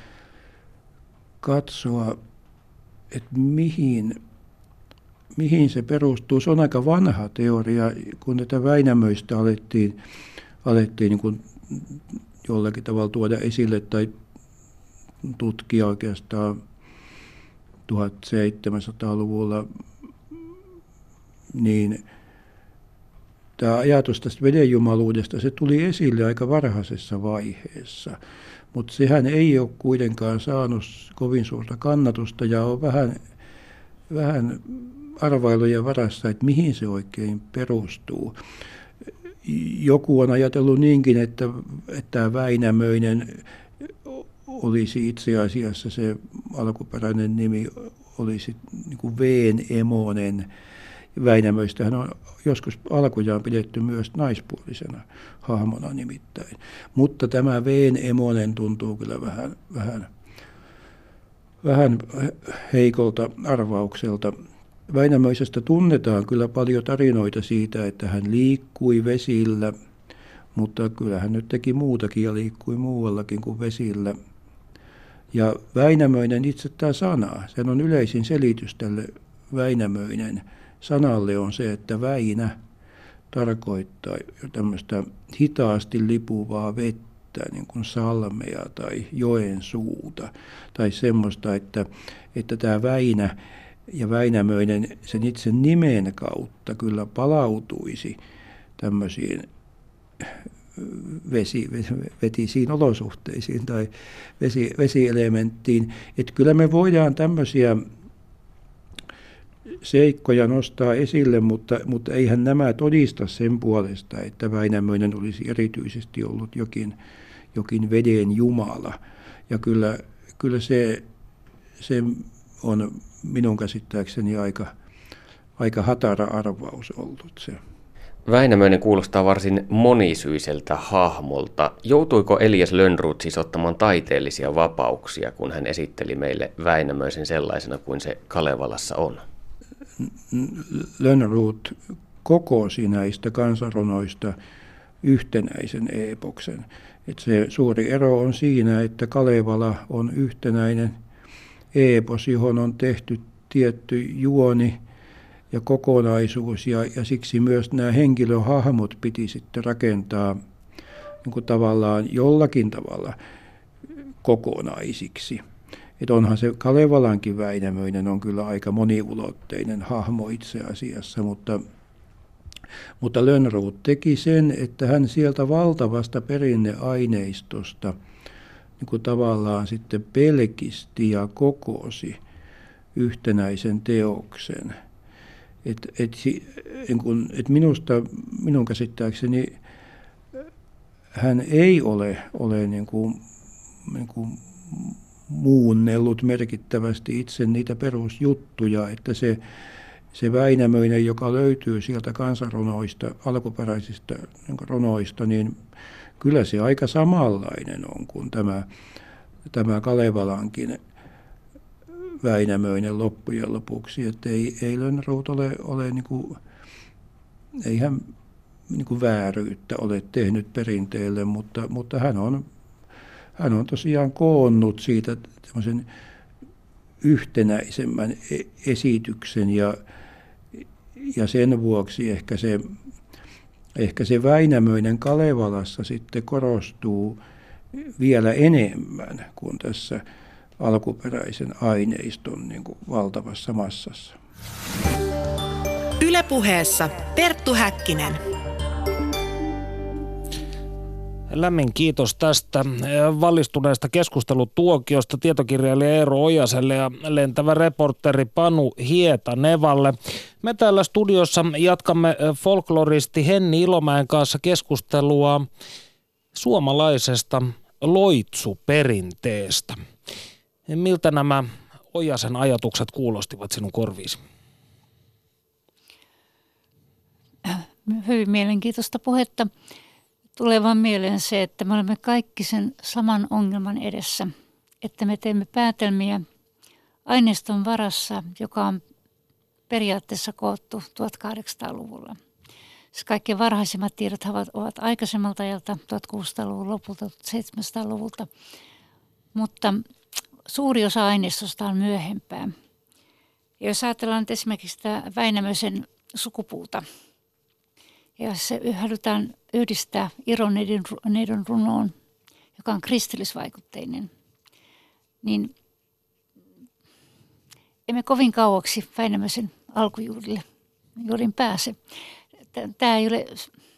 katsoa, että mihin, mihin se perustuu. Se on aika vanha teoria, kun tätä Väinämöistä alettiin, alettiin niin kuin jollakin tavalla tuoda esille tai tutkia oikeastaan tuhatseitsemänsataaluvulla, niin tämä ajatus tästä vedenjumaluudesta, se tuli esille aika varhaisessa vaiheessa, mutta sehän ei ole kuitenkaan saanut kovin suurta kannatusta ja on vähän, vähän arvailujen varassa, että mihin se oikein perustuu. Joku on ajatellut niinkin, että, että Väinämöinen olisi itse asiassa se alkuperäinen nimi olisi niin kuin Veen emonen. Väinämöistähän on joskus alkujaan pidetty myös naispuolisena hahmona nimittäin. Mutta tämä Veen emonen tuntuu kyllä vähän, vähän, vähän heikolta arvaukselta. Väinämöisestä tunnetaan kyllä paljon tarinoita siitä, että hän liikkui vesillä, mutta kyllä hän nyt teki muutakin ja liikkui muuallakin kuin vesillä. Ja Väinämöinen itse tämä sana, sen on yleisin selitys tälle Väinämöinen sanalle on se, että Väinä tarkoittaa tämmöistä hitaasti lipuvaa vettä, niin kuin salmea tai joen suuta, tai semmoista, että, että tämä Väinä ja Väinämöinen sen itse nimen kautta kyllä palautuisi tämmöisiin vesi, vetisiin olosuhteisiin tai vesi, vesielementtiin. Että kyllä me voidaan tämmöisiä seikkoja nostaa esille, mutta, mutta eihän nämä todista sen puolesta, että Väinämöinen olisi erityisesti ollut jokin, jokin veden jumala. Ja kyllä, kyllä se, se on minun käsittääkseni aika, aika hatara arvaus ollut se. Väinämöinen kuulostaa varsin monisyiseltä hahmolta. Joutuiko Elias Lönnrot siis ottamaan taiteellisia vapauksia, kun hän esitteli meille Väinämöisen sellaisena kuin se Kalevalassa on? Lönnrot kokosi näistä kansanrunoista yhtenäisen eepoksen. Et se suuri ero on siinä, että Kalevala on yhtenäinen eepos, johon on tehty tietty juoni ja kokonaisuus, ja, ja siksi myös nämä henkilöhahmot piti sitten rakentaa niin kuin tavallaan jollakin tavalla kokonaisiksi. Et onhan se Kalevalankin Väinämöinen on kyllä aika moniulotteinen hahmo itse asiassa, mutta, Mutta Lönnrot teki sen, että hän sieltä valtavasta perinneaineistosta niin kuin tavallaan sitten pelkisti ja kokosi yhtenäisen teoksen. Et, et, niin kun, et minusta, minun käsittääkseni hän ei ole, ole niin kuin, niin kuin muunnellut merkittävästi itse niitä perusjuttuja, että se, se Väinämöinen, joka löytyy sieltä kansanrunoista, alkuperäisistä niin kuin runoista, niin kyllä se aika samanlainen on kuin tämä, tämä Kalevalankin Väinämöinen loppujen lopuksi, että ei, ei Lönnrot ole, ole niin kuin, ei hän niin kuin vääryyttä ole tehnyt perinteelle, mutta, mutta hän, on, hän on tosiaan koonnut siitä semmoisen yhtenäisemmän esityksen ja, ja sen vuoksi ehkä se, ehkä se Väinämöinen Kalevalassa sitten korostuu vielä enemmän kuin tässä alkuperäisen aineiston niin kuin valtavassa massassa. Yle Puheessa Perttu Häkkinen. Lämmin kiitos tästä valistuneesta keskustelutuokiosta tietokirjailija Eero Ojaselle ja lentävä reporteri Panu Hietanevalle. Me täällä studiossa jatkamme folkloristi Henni Ilomäen kanssa keskustelua suomalaisesta loitsuperinteestä. Miltä nämä Ojasen ajatukset kuulostivat sinun korviisi? Hyvin mielenkiintoista puhetta. Tulee vaan mieleen se, että me olemme kaikki sen saman ongelman edessä, että me teemme päätelmiä aineiston varassa, joka on periaatteessa koottu tuhatkahdeksansataaluvulla. Siis kaikkein varhaisimmat tiedot ovat aikaisemmalta ajalta, tuhatkuusisataaluvun lopulta, tuhatseitsemänsataaluvulta, mutta suuri osa aineistosta on myöhempää. Ja jos ajatellaan nyt esimerkiksi sitä Väinämöisen sukupuuta, ja se halutaan yhdistää Ironneidon runoon, joka on kristillisvaikutteinen, niin emme kovin kauaksi Väinämöisen alkujuurille juurin pääse. Tämä ei ole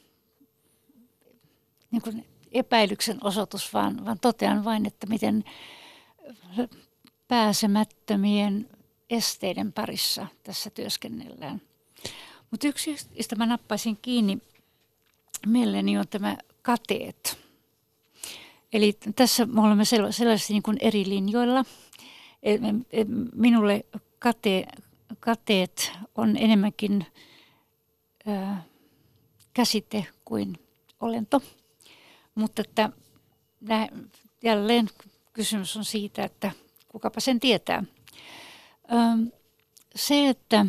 niin kuin epäilyksen osoitus, vaan, vaan totean vain, että miten pääsemättömien esteiden parissa tässä työskennellään. Mutta yksi, josta mä nappaisin kiinni mieleeni, on tämä kateet. Eli tässä me olemme sellaisissa niin kuin eri linjoilla. Minulle kate, kateet on enemmänkin ö, käsite kuin olento. Mutta että jälleen kysymys on siitä, että kukapa sen tietää. Ö, se, että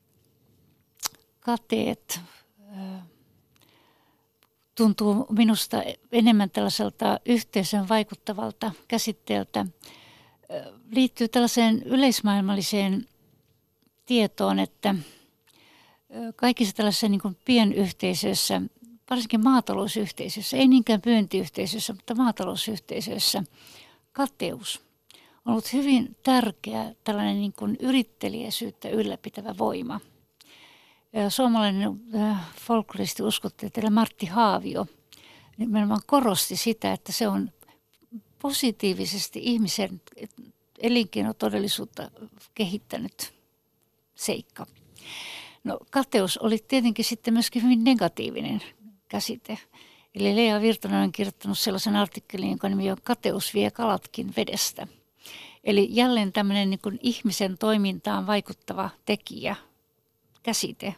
kateet ö, tuntuu minusta enemmän tällaiselta yhteisön vaikuttavalta käsitteeltä, ö, liittyy tällaiseen yleismaailmalliseen tietoon, että ö, kaikissa tällaisissa niin kuin pienyhteisöissä, varsinkin maatalousyhteisöissä, ei niinkään pyyntiyhteisöissä, mutta maatalousyhteisöissä, kateus on ollut hyvin tärkeä tällainen niin kuin yritteliäisyyttä ylläpitävä voima. Ja suomalainen folkloristi uskotteelija Martti Haavio nimenomaan korosti sitä, että se on positiivisesti ihmisen elinkeinotodellisuutta kehittänyt seikka. No, kateus oli tietenkin sitten myöskin hyvin negatiivinen käsite. Eli Lea Virtanen on kirjoittanut sellaisen artikkelin, jonka nimi on Kateus vie kalatkin vedestä. Eli jälleen tämmöinen niin kuin ihmisen toimintaan vaikuttava tekijä, käsite.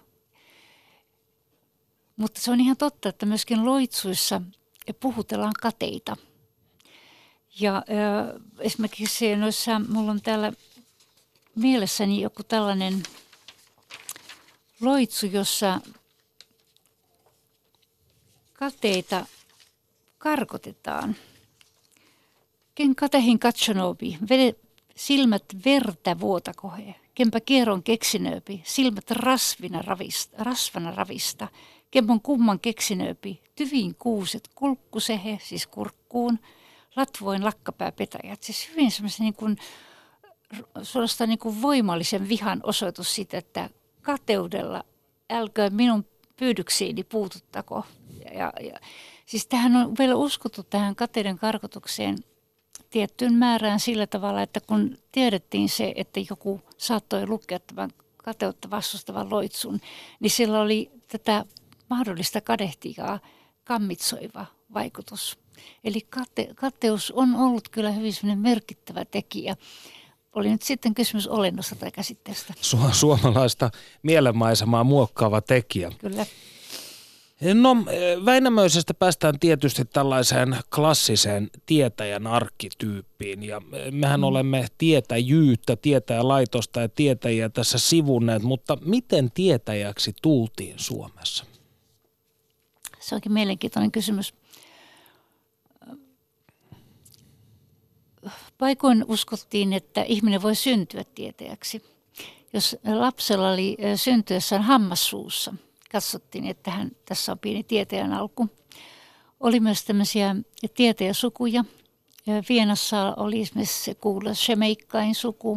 Mutta se on ihan totta, että myöskin loitsuissa puhutellaan kateita. Ja äh, esimerkiksi noissa, mulla on täällä mielessäni joku tällainen loitsu, jossa kateita karkotetaan. Ken katehin katsonopi, vede silmät verta vuotakohe. Kempä kieron keksinööpi, silmät rasvina ravista, rasvana ravista. Kempon kumman keksinööpi, tyviin kuuset, kulkkusehe, siis kurkkuun, latvoin lakkapääpetäjät. Siis hyvin semmoisen niin kuin, suorastaan niin kuin voimallisen vihan osoitus siitä, että kateudella älköön minun pyydyksiini, puututtako. Ja, ja, ja, siis tähän on vielä uskottu tähän kateuden karkotukseen tiettyyn määrään sillä tavalla, että kun tiedettiin se, että joku saattoi lukea tämän kateutta vastustavan loitsun, niin sillä oli tätä mahdollista kadehtiaa kammitsoiva vaikutus. Eli kate, kateus on ollut kyllä hyvin merkittävä tekijä. Oli nyt sitten kysymys olennosta tai käsitteestä. Su- suomalaista mielenmaisemaa muokkaava tekijä. Kyllä. No Väinämöisestä päästään tietysti tällaiseen klassiseen tietäjän arkkityyppiin ja mehän mm. olemme tietäjyyttä, tietäjälaitosta ja tietäjiä tässä sivunneet, mutta miten tietäjäksi tultiin Suomessa? Se onkin mielenkiintoinen kysymys. Paikoin uskottiin, että ihminen voi syntyä tietäjäksi. Jos lapsella oli syntyessään hammas suussa, katsottiin, että hän, tässä on pieni tietäjän alku. Oli myös tämmöisiä tietäjäsukuja. Vienassa oli esimerkiksi kuuluisa Shemeikkain suku.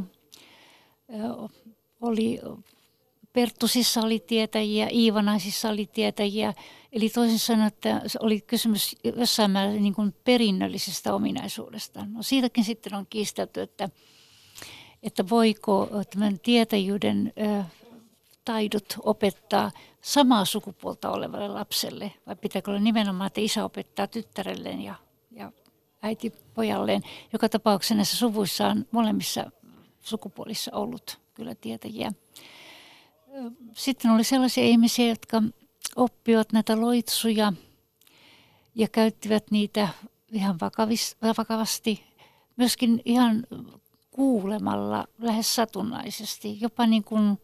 Oli, Perttusissa oli tietäjiä, Iivanaisissa oli tietäjiä. Eli toisin sanoen, että oli kysymys jossain määrin niin kuin perinnöllisestä ominaisuudesta. No siitäkin sitten on kiistelty, että, että voiko tämän tietäjyyden ö, taidot opettaa samaa sukupuolta olevalle lapselle, vai pitääkö olla nimenomaan, että isä opettaa tyttärelleen ja, ja äiti pojalleen. Joka tapauksessa näissä suvuissa on molemmissa sukupuolissa ollut kyllä tietäjiä. Sitten oli sellaisia ihmisiä, jotka oppivat näitä loitsuja ja käyttivät niitä ihan vakavasti, myöskin ihan kuulemalla lähes satunnaisesti, jopa niin kuin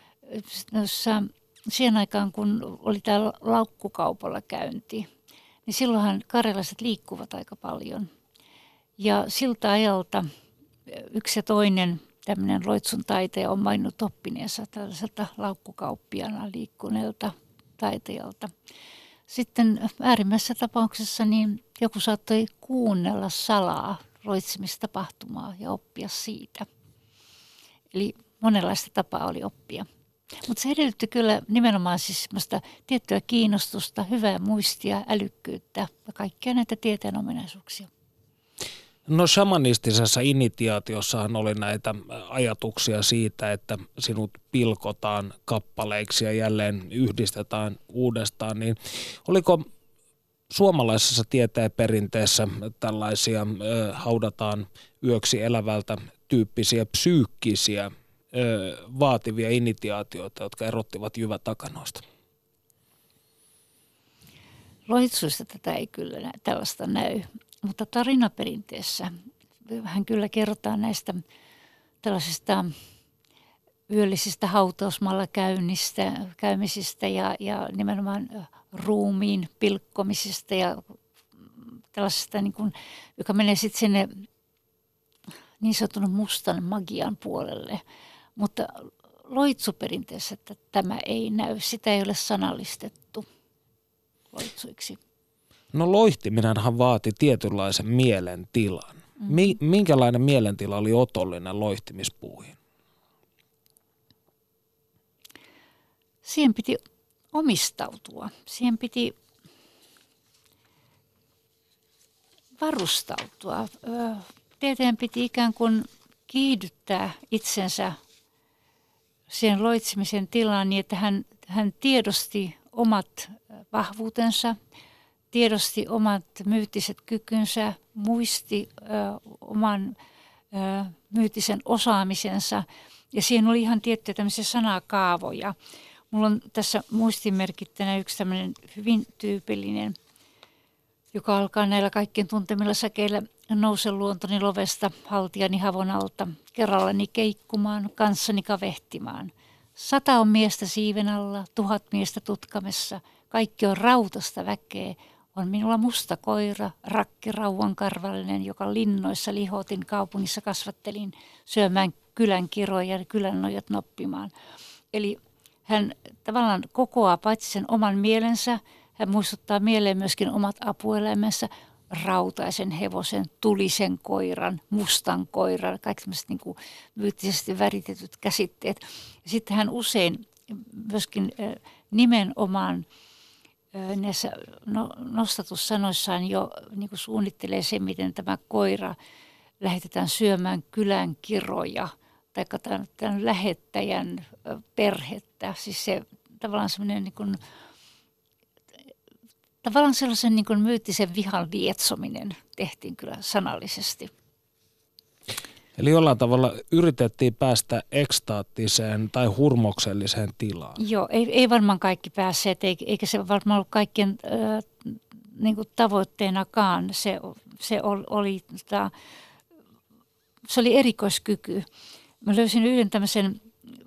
siihen aikaan, kun oli täällä laukkukaupalla käynti, niin silloinhan karjalaiset liikkuvat aika paljon. Ja siltä ajalta yksi ja toinen tämmöinen loitsun taiteja on maininnut oppineensa tällaiselta laukkukauppiana liikkuneelta taiteelta. Sitten äärimmäisessä tapauksessa niin joku saattoi kuunnella salaa loitsimistapahtumaa ja oppia siitä. Eli monenlaista tapaa oli oppia. Mutta se edellytti kyllä nimenomaan siis semmoista tiettyä kiinnostusta, hyvää muistia, älykkyyttä ja kaikkia näitä tieteen ominaisuuksia. No shamanistisessa initiaatiossahan oli näitä ajatuksia siitä, että sinut pilkotaan kappaleiksi ja jälleen yhdistetään uudestaan, niin oliko suomalaisessa tietäjäperinteessä tällaisia ö, haudataan yöksi elävältä tyyppisiä psyykkisiä ö, vaativia initiaatioita, jotka erottivat jyvätakanoista? Loitsuista tätä ei kyllä tällaista näy. Mutta tarinaperinteessä vähän kyllä kerrotaan näistä tällaisista yöllisistä hautausmaalla käynnistä, käymisistä ja, ja nimenomaan ruumiin pilkkomisista ja tällaisesta, niin kuin, joka menee sitten sinne niin sanotun mustan magian puolelle. Mutta loitsuperinteessä että tämä ei näy, sitä ei ole sanallistettu loitsuiksi. No loihtiminenhan vaati tietynlaisen mielentilan. Mi- minkälainen mielentila oli otollinen loihtimispuuhin? Siihen piti omistautua. Siihen piti varustautua. Tieteen piti ikään kuin kiihdyttää itsensä siihen loitsimisen tilaan niin, että hän, hän tiedosti omat vahvuutensa, tiedosti omat myyttiset kykynsä, muisti ö, oman ö, myyttisen osaamisensa ja siinä oli ihan tiettyjä tämmöisiä sanakaavoja. Mulla on tässä muistimerkittänä yksi tämmöinen hyvin tyypillinen, joka alkaa näillä kaikkien tuntemilla säkeillä nouse luontoni lovesta, haltiani havon alta, kerrallani keikkumaan, kanssani kavehtimaan. Sata on miestä siiven alla, tuhat miestä tutkamessa, kaikki on rautasta väkeä. On minulla musta koira, rakki rauan karvallinen, joka linnoissa lihotin, kaupungissa kasvattelin, syömään kylän kiroja ja kylän nojat noppimaan. Eli hän tavallaan kokoaa paitsi sen oman mielensä, hän muistuttaa mieleen myöskin omat apuelämänsä, rautaisen hevosen, tulisen koiran, mustan koiran, kaikki tämmöiset niin kuin myyttisesti väritetyt käsitteet. Ja sitten hän usein myöskin nimenomaan näissä nostatussanoissaan jo niin kuin suunnittelee se, miten tämä koira lähetetään syömään kylän kiroja tai tämän, tämän lähettäjän perhettä. Siis se tavallaan semmoinen niin kuin, tavallaan sellaisen niin kuin myyttisen vihan lietsominen tehtiin kyllä sanallisesti. Eli jollain tavalla yritettiin päästä ekstaattiseen tai hurmokselliseen tilaan. Joo, ei, ei varmaan kaikki päässeet, eikä se varmaan ollut kaikkien äh, niin kuin tavoitteenakaan. Se, se, oli, oli, ta, se oli erikoiskyky. Mä löysin yhden tämmöisen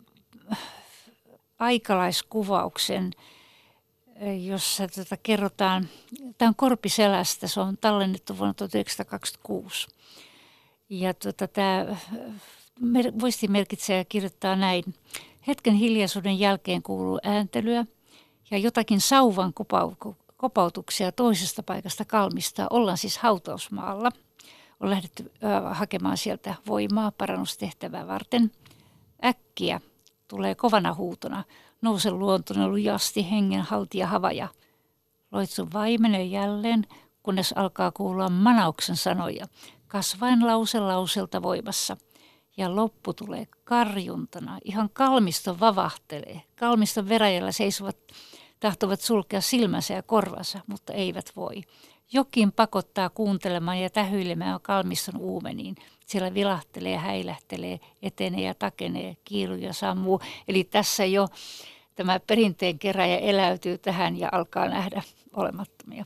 aikalaiskuvauksen, jossa tota kerrotaan, tämä on Korpiselästä, se on tallennettu vuonna tuhatyhdeksänsataakaksikymmentäkuusi. Ja tuota, tämä voisti merkitsee ja kirjoittaa näin. Hetken hiljaisuuden jälkeen kuuluu ääntelyä ja jotakin sauvan kopautuksia toisesta paikasta kalmistaa. Ollaan siis hautausmaalla. On lähdetty äh, hakemaan sieltä voimaa parannustehtävää varten. Äkkiä tulee kovana huutona. Nouse luontoinen lujasti hengenhaltija havaja. Loitsu vaimenee jälleen, kunnes alkaa kuulua manauksen sanoja. Kasvain lause lauselta voimassa. Ja loppu tulee karjuntana. Ihan kalmisto vavahtelee. Kalmiston veräjällä seisovat tahtovat sulkea silmänsä ja korvansa, mutta eivät voi. Jokin pakottaa kuuntelemaan ja tähyilemään kalmiston uumeniin. Siellä vilahtelee, häilähtelee, etenee ja takenee, kiiluu ja sammuu. Eli tässä jo tämä perinteen keräjä eläytyy tähän ja alkaa nähdä olemattomia.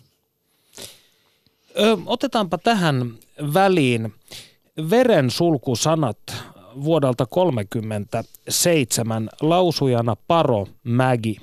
Ö, otetaanpa tähän väliin verensulkusanat vuodelta tuhatyhdeksänsataakolmekymmentäseitsemän, lausujana Paro Mägi.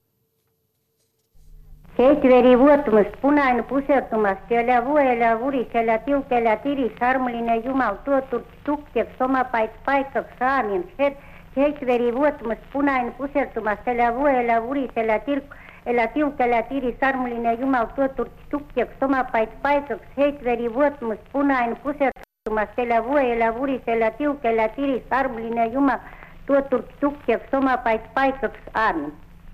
Heitveri vuotumus, punainen pusertumas, työllä vuojella, vurisella, tiukella, tiris, harmollinen Jumal, tuotu tukkeeksi, omapait, paikaksi, saamin. Heitveri vuotumus, punainen pusertumas, työllä vuojella, vurisella, tiukella, tiukella, tiris, harmollinen Jumal, tuotu tukkeeksi, omapait, paikaksi. Heitveri vuotumus, punainen pusertumas, työllä vuojella, vurisella, tiukella, tiris, harmollinen Jumal, tuotu tukkeeksi, omapait, paikaksi, aamin.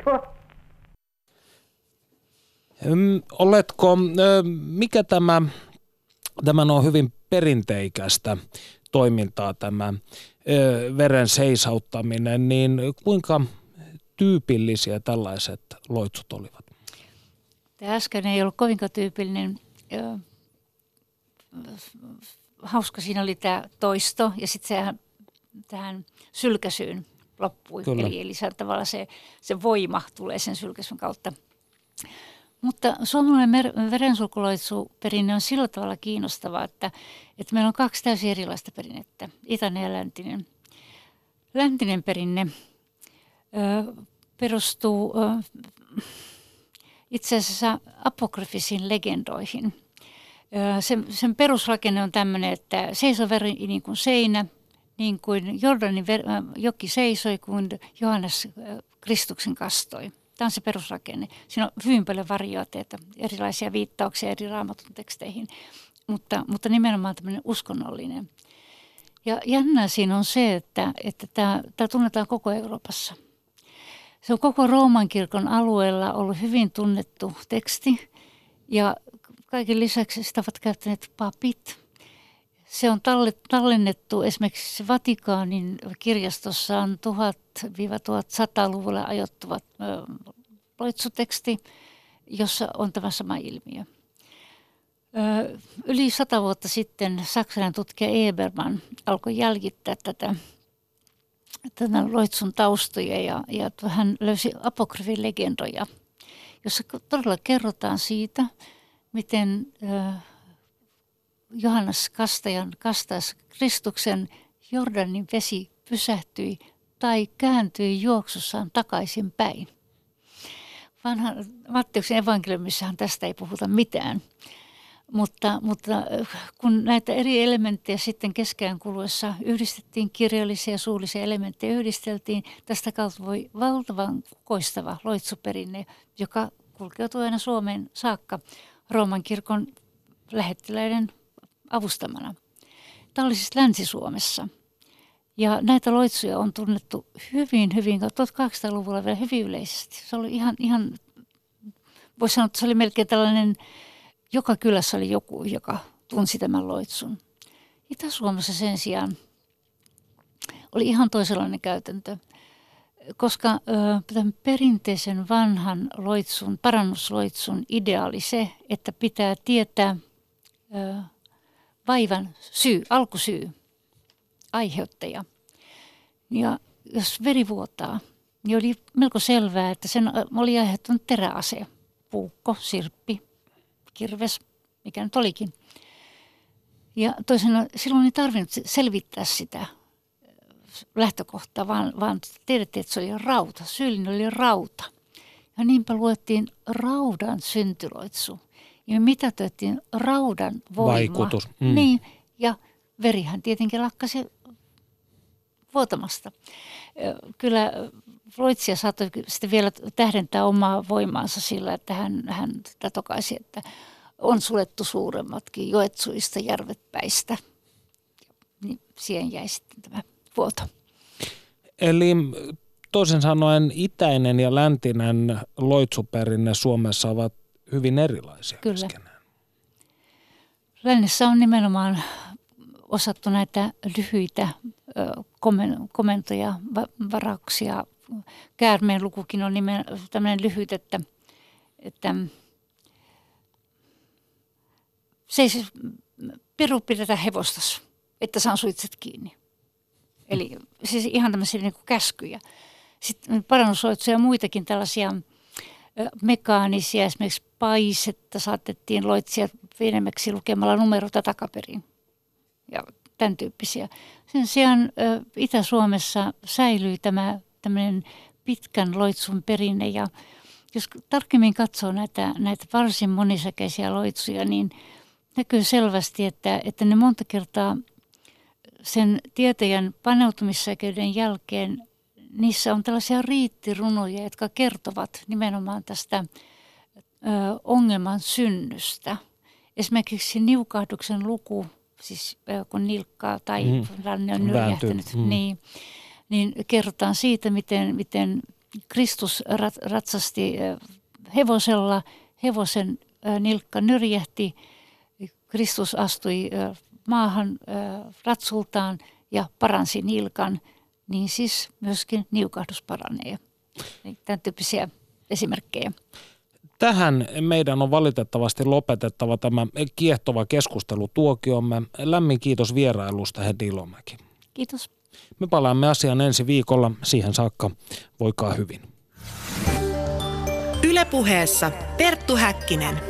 Oletko, mikä tämä, tämä on hyvin perinteikästä toimintaa tämä veren seisauttaminen, niin kuinka tyypillisiä tällaiset loitsut olivat? Tämä äsken ei ollut kovinkaan tyypillinen. Hauska siinä oli tämä toisto ja sitten sehän tähän sylkäsyyn loppui. Kyllä. Eli, eli se, tavallaan se, se voima tulee sen sylkäsyn kautta. Mutta suomalainen verensulkuloitsuperinne on sillä tavalla kiinnostavaa, että, että meillä on kaksi täysin erilaista perinnettä, itäinen ja läntinen. Läntinen perinne ö, perustuu ö, itse asiassa apokryfisiin legendoihin. Ö, sen, sen perusrakenne on tämmöinen, että seisoo veri niin kuin seinä, niin kuin Jordanin ver, joki seisoi, kuin Johannes Kristuksen kastoi. Tämä on se perusrakenne. Siinä on hyvin paljon variaatioita, erilaisia viittauksia eri raamatun teksteihin, mutta, mutta nimenomaan tämmöinen uskonnollinen. Ja jännää siinä on se, että, että tämä, tämä tunnetaan koko Euroopassa. Se on koko Rooman kirkon alueella ollut hyvin tunnettu teksti ja kaiken lisäksi sitä ovat käyttäneet papit. Se on tallennettu esimerkiksi Vatikaanin kirjastossa on tuhat-tuhatsataa-luvulle ajoittuvat loitsuteksti, jossa on tämä sama ilmiö. Yli sata vuotta sitten saksalainen tutkija Ebermann alkoi jäljittää tätä, tätä loitsun taustoja ja, ja hän löysi apokryfin legendoja, jossa todella kerrotaan siitä, miten Johannes Kastajan kastaessa Kristuksen Jordanin vesi pysähtyi tai kääntyi juoksussaan takaisin päin. Vanhan Matteuksen evankeliumissahan tästä ei puhuta mitään, mutta, mutta kun näitä eri elementtejä sitten keskeään kuluessa yhdistettiin, kirjallisia ja suullisia elementtejä yhdisteltiin, tästä kautta voi valtavan kukoistava loitsuperinne, joka kulkeutuu aina Suomeen saakka Rooman kirkon lähettiläiden avustamana. Tämä oli siis Länsi-Suomessa. Ja näitä loitsuja on tunnettu hyvin, hyvin, tuhatkahdeksansataaluvulla vielä hyvin yleisesti. Se oli ihan, ihan voisi sanoa, että se oli melkein tällainen, joka kylässä oli joku, joka tunsi tämän loitsun. Itä-Suomessa sen sijaan oli ihan toisenlainen käytäntö, koska ö, tämän perinteisen vanhan loitsun, parannusloitsun idea oli se, että pitää tietää ö, vaivan syy, alkusyy, aiheuttaja. Ja jos veri vuotaa, niin oli melko selvää, että sen oli aiheuttanut teräase, puukko, sirppi, kirves, mikä nyt olikin. Ja toisena silloin ei tarvinnut selvittää sitä lähtökohtaa, vaan, vaan tiedettiin, että se oli rauta. Syyllinen oli rauta. Ja niinpä luettiin raudan syntyloitsu. Ja me mitätöittiin raudan voima. Vaikutus. Mm. Niin, ja verihän tietenkin lakkasi vuotamasta. Kyllä loitsija saattoi sitten vielä tähdentää omaa voimaansa sillä, että hän, hän tokaisi, että on sulettu suuremmatkin joet suista, järvet päistä. Niin siihen jäi sitten tämä vuoto. Eli toisin sanoen itäinen ja läntinen loitsuperinne Suomessa ovat hyvin erilaisia Kyllä. keskenään. Lännessä on nimenomaan osattu näitä lyhyitä komentoja, varauksia. Käärmeen lukukin on nimen, tämmöinen lyhyt, että, että se ei siis, piru pidetä hevostas, että saan suitset kiinni. Eli siis ihan tämmöisiä niin kuin käskyjä. Sitten parannusloitsuja ja muitakin tällaisia mekaanisia, esimerkiksi paisetta saatettiin loitsia pienemmäksi lukemalla numeroita takaperin ja tämän tyyppisiä. Sen sijaan Itä-Suomessa säilyy tämä tämmöinen pitkän loitsun perinne ja jos tarkemmin katsoo näitä, näitä varsin monisäkeisiä loitsuja, niin näkyy selvästi, että, että ne monta kertaa sen tietäjän paneutumissäkeyden jälkeen niissä on tällaisia riittirunoja, jotka kertovat nimenomaan tästä ö, ongelman synnystä. Esimerkiksi niukahduksen luku, siis ö, kun nilkkaa tai mm. ranne on nyrjähtänyt, mm. niin, niin kerrotaan siitä, miten, miten Kristus rat, ratsasti ö, hevosella, hevosen ö, nilkka nyrjähti, Kristus astui ö, maahan ö, ratsultaan ja paransi nilkan, niin siis myöskin niukahdus paranee. Tämän tyyppisiä esimerkkejä. Tähän meidän on valitettavasti lopetettava tämä kiehtova keskustelutuokiomme. Lämmin kiitos vierailusta, Heddi Ilomäki. Kiitos. Me palaamme asiaan ensi viikolla. Siihen saakka voikaa hyvin. Yle Puheessa Perttu Häkkinen.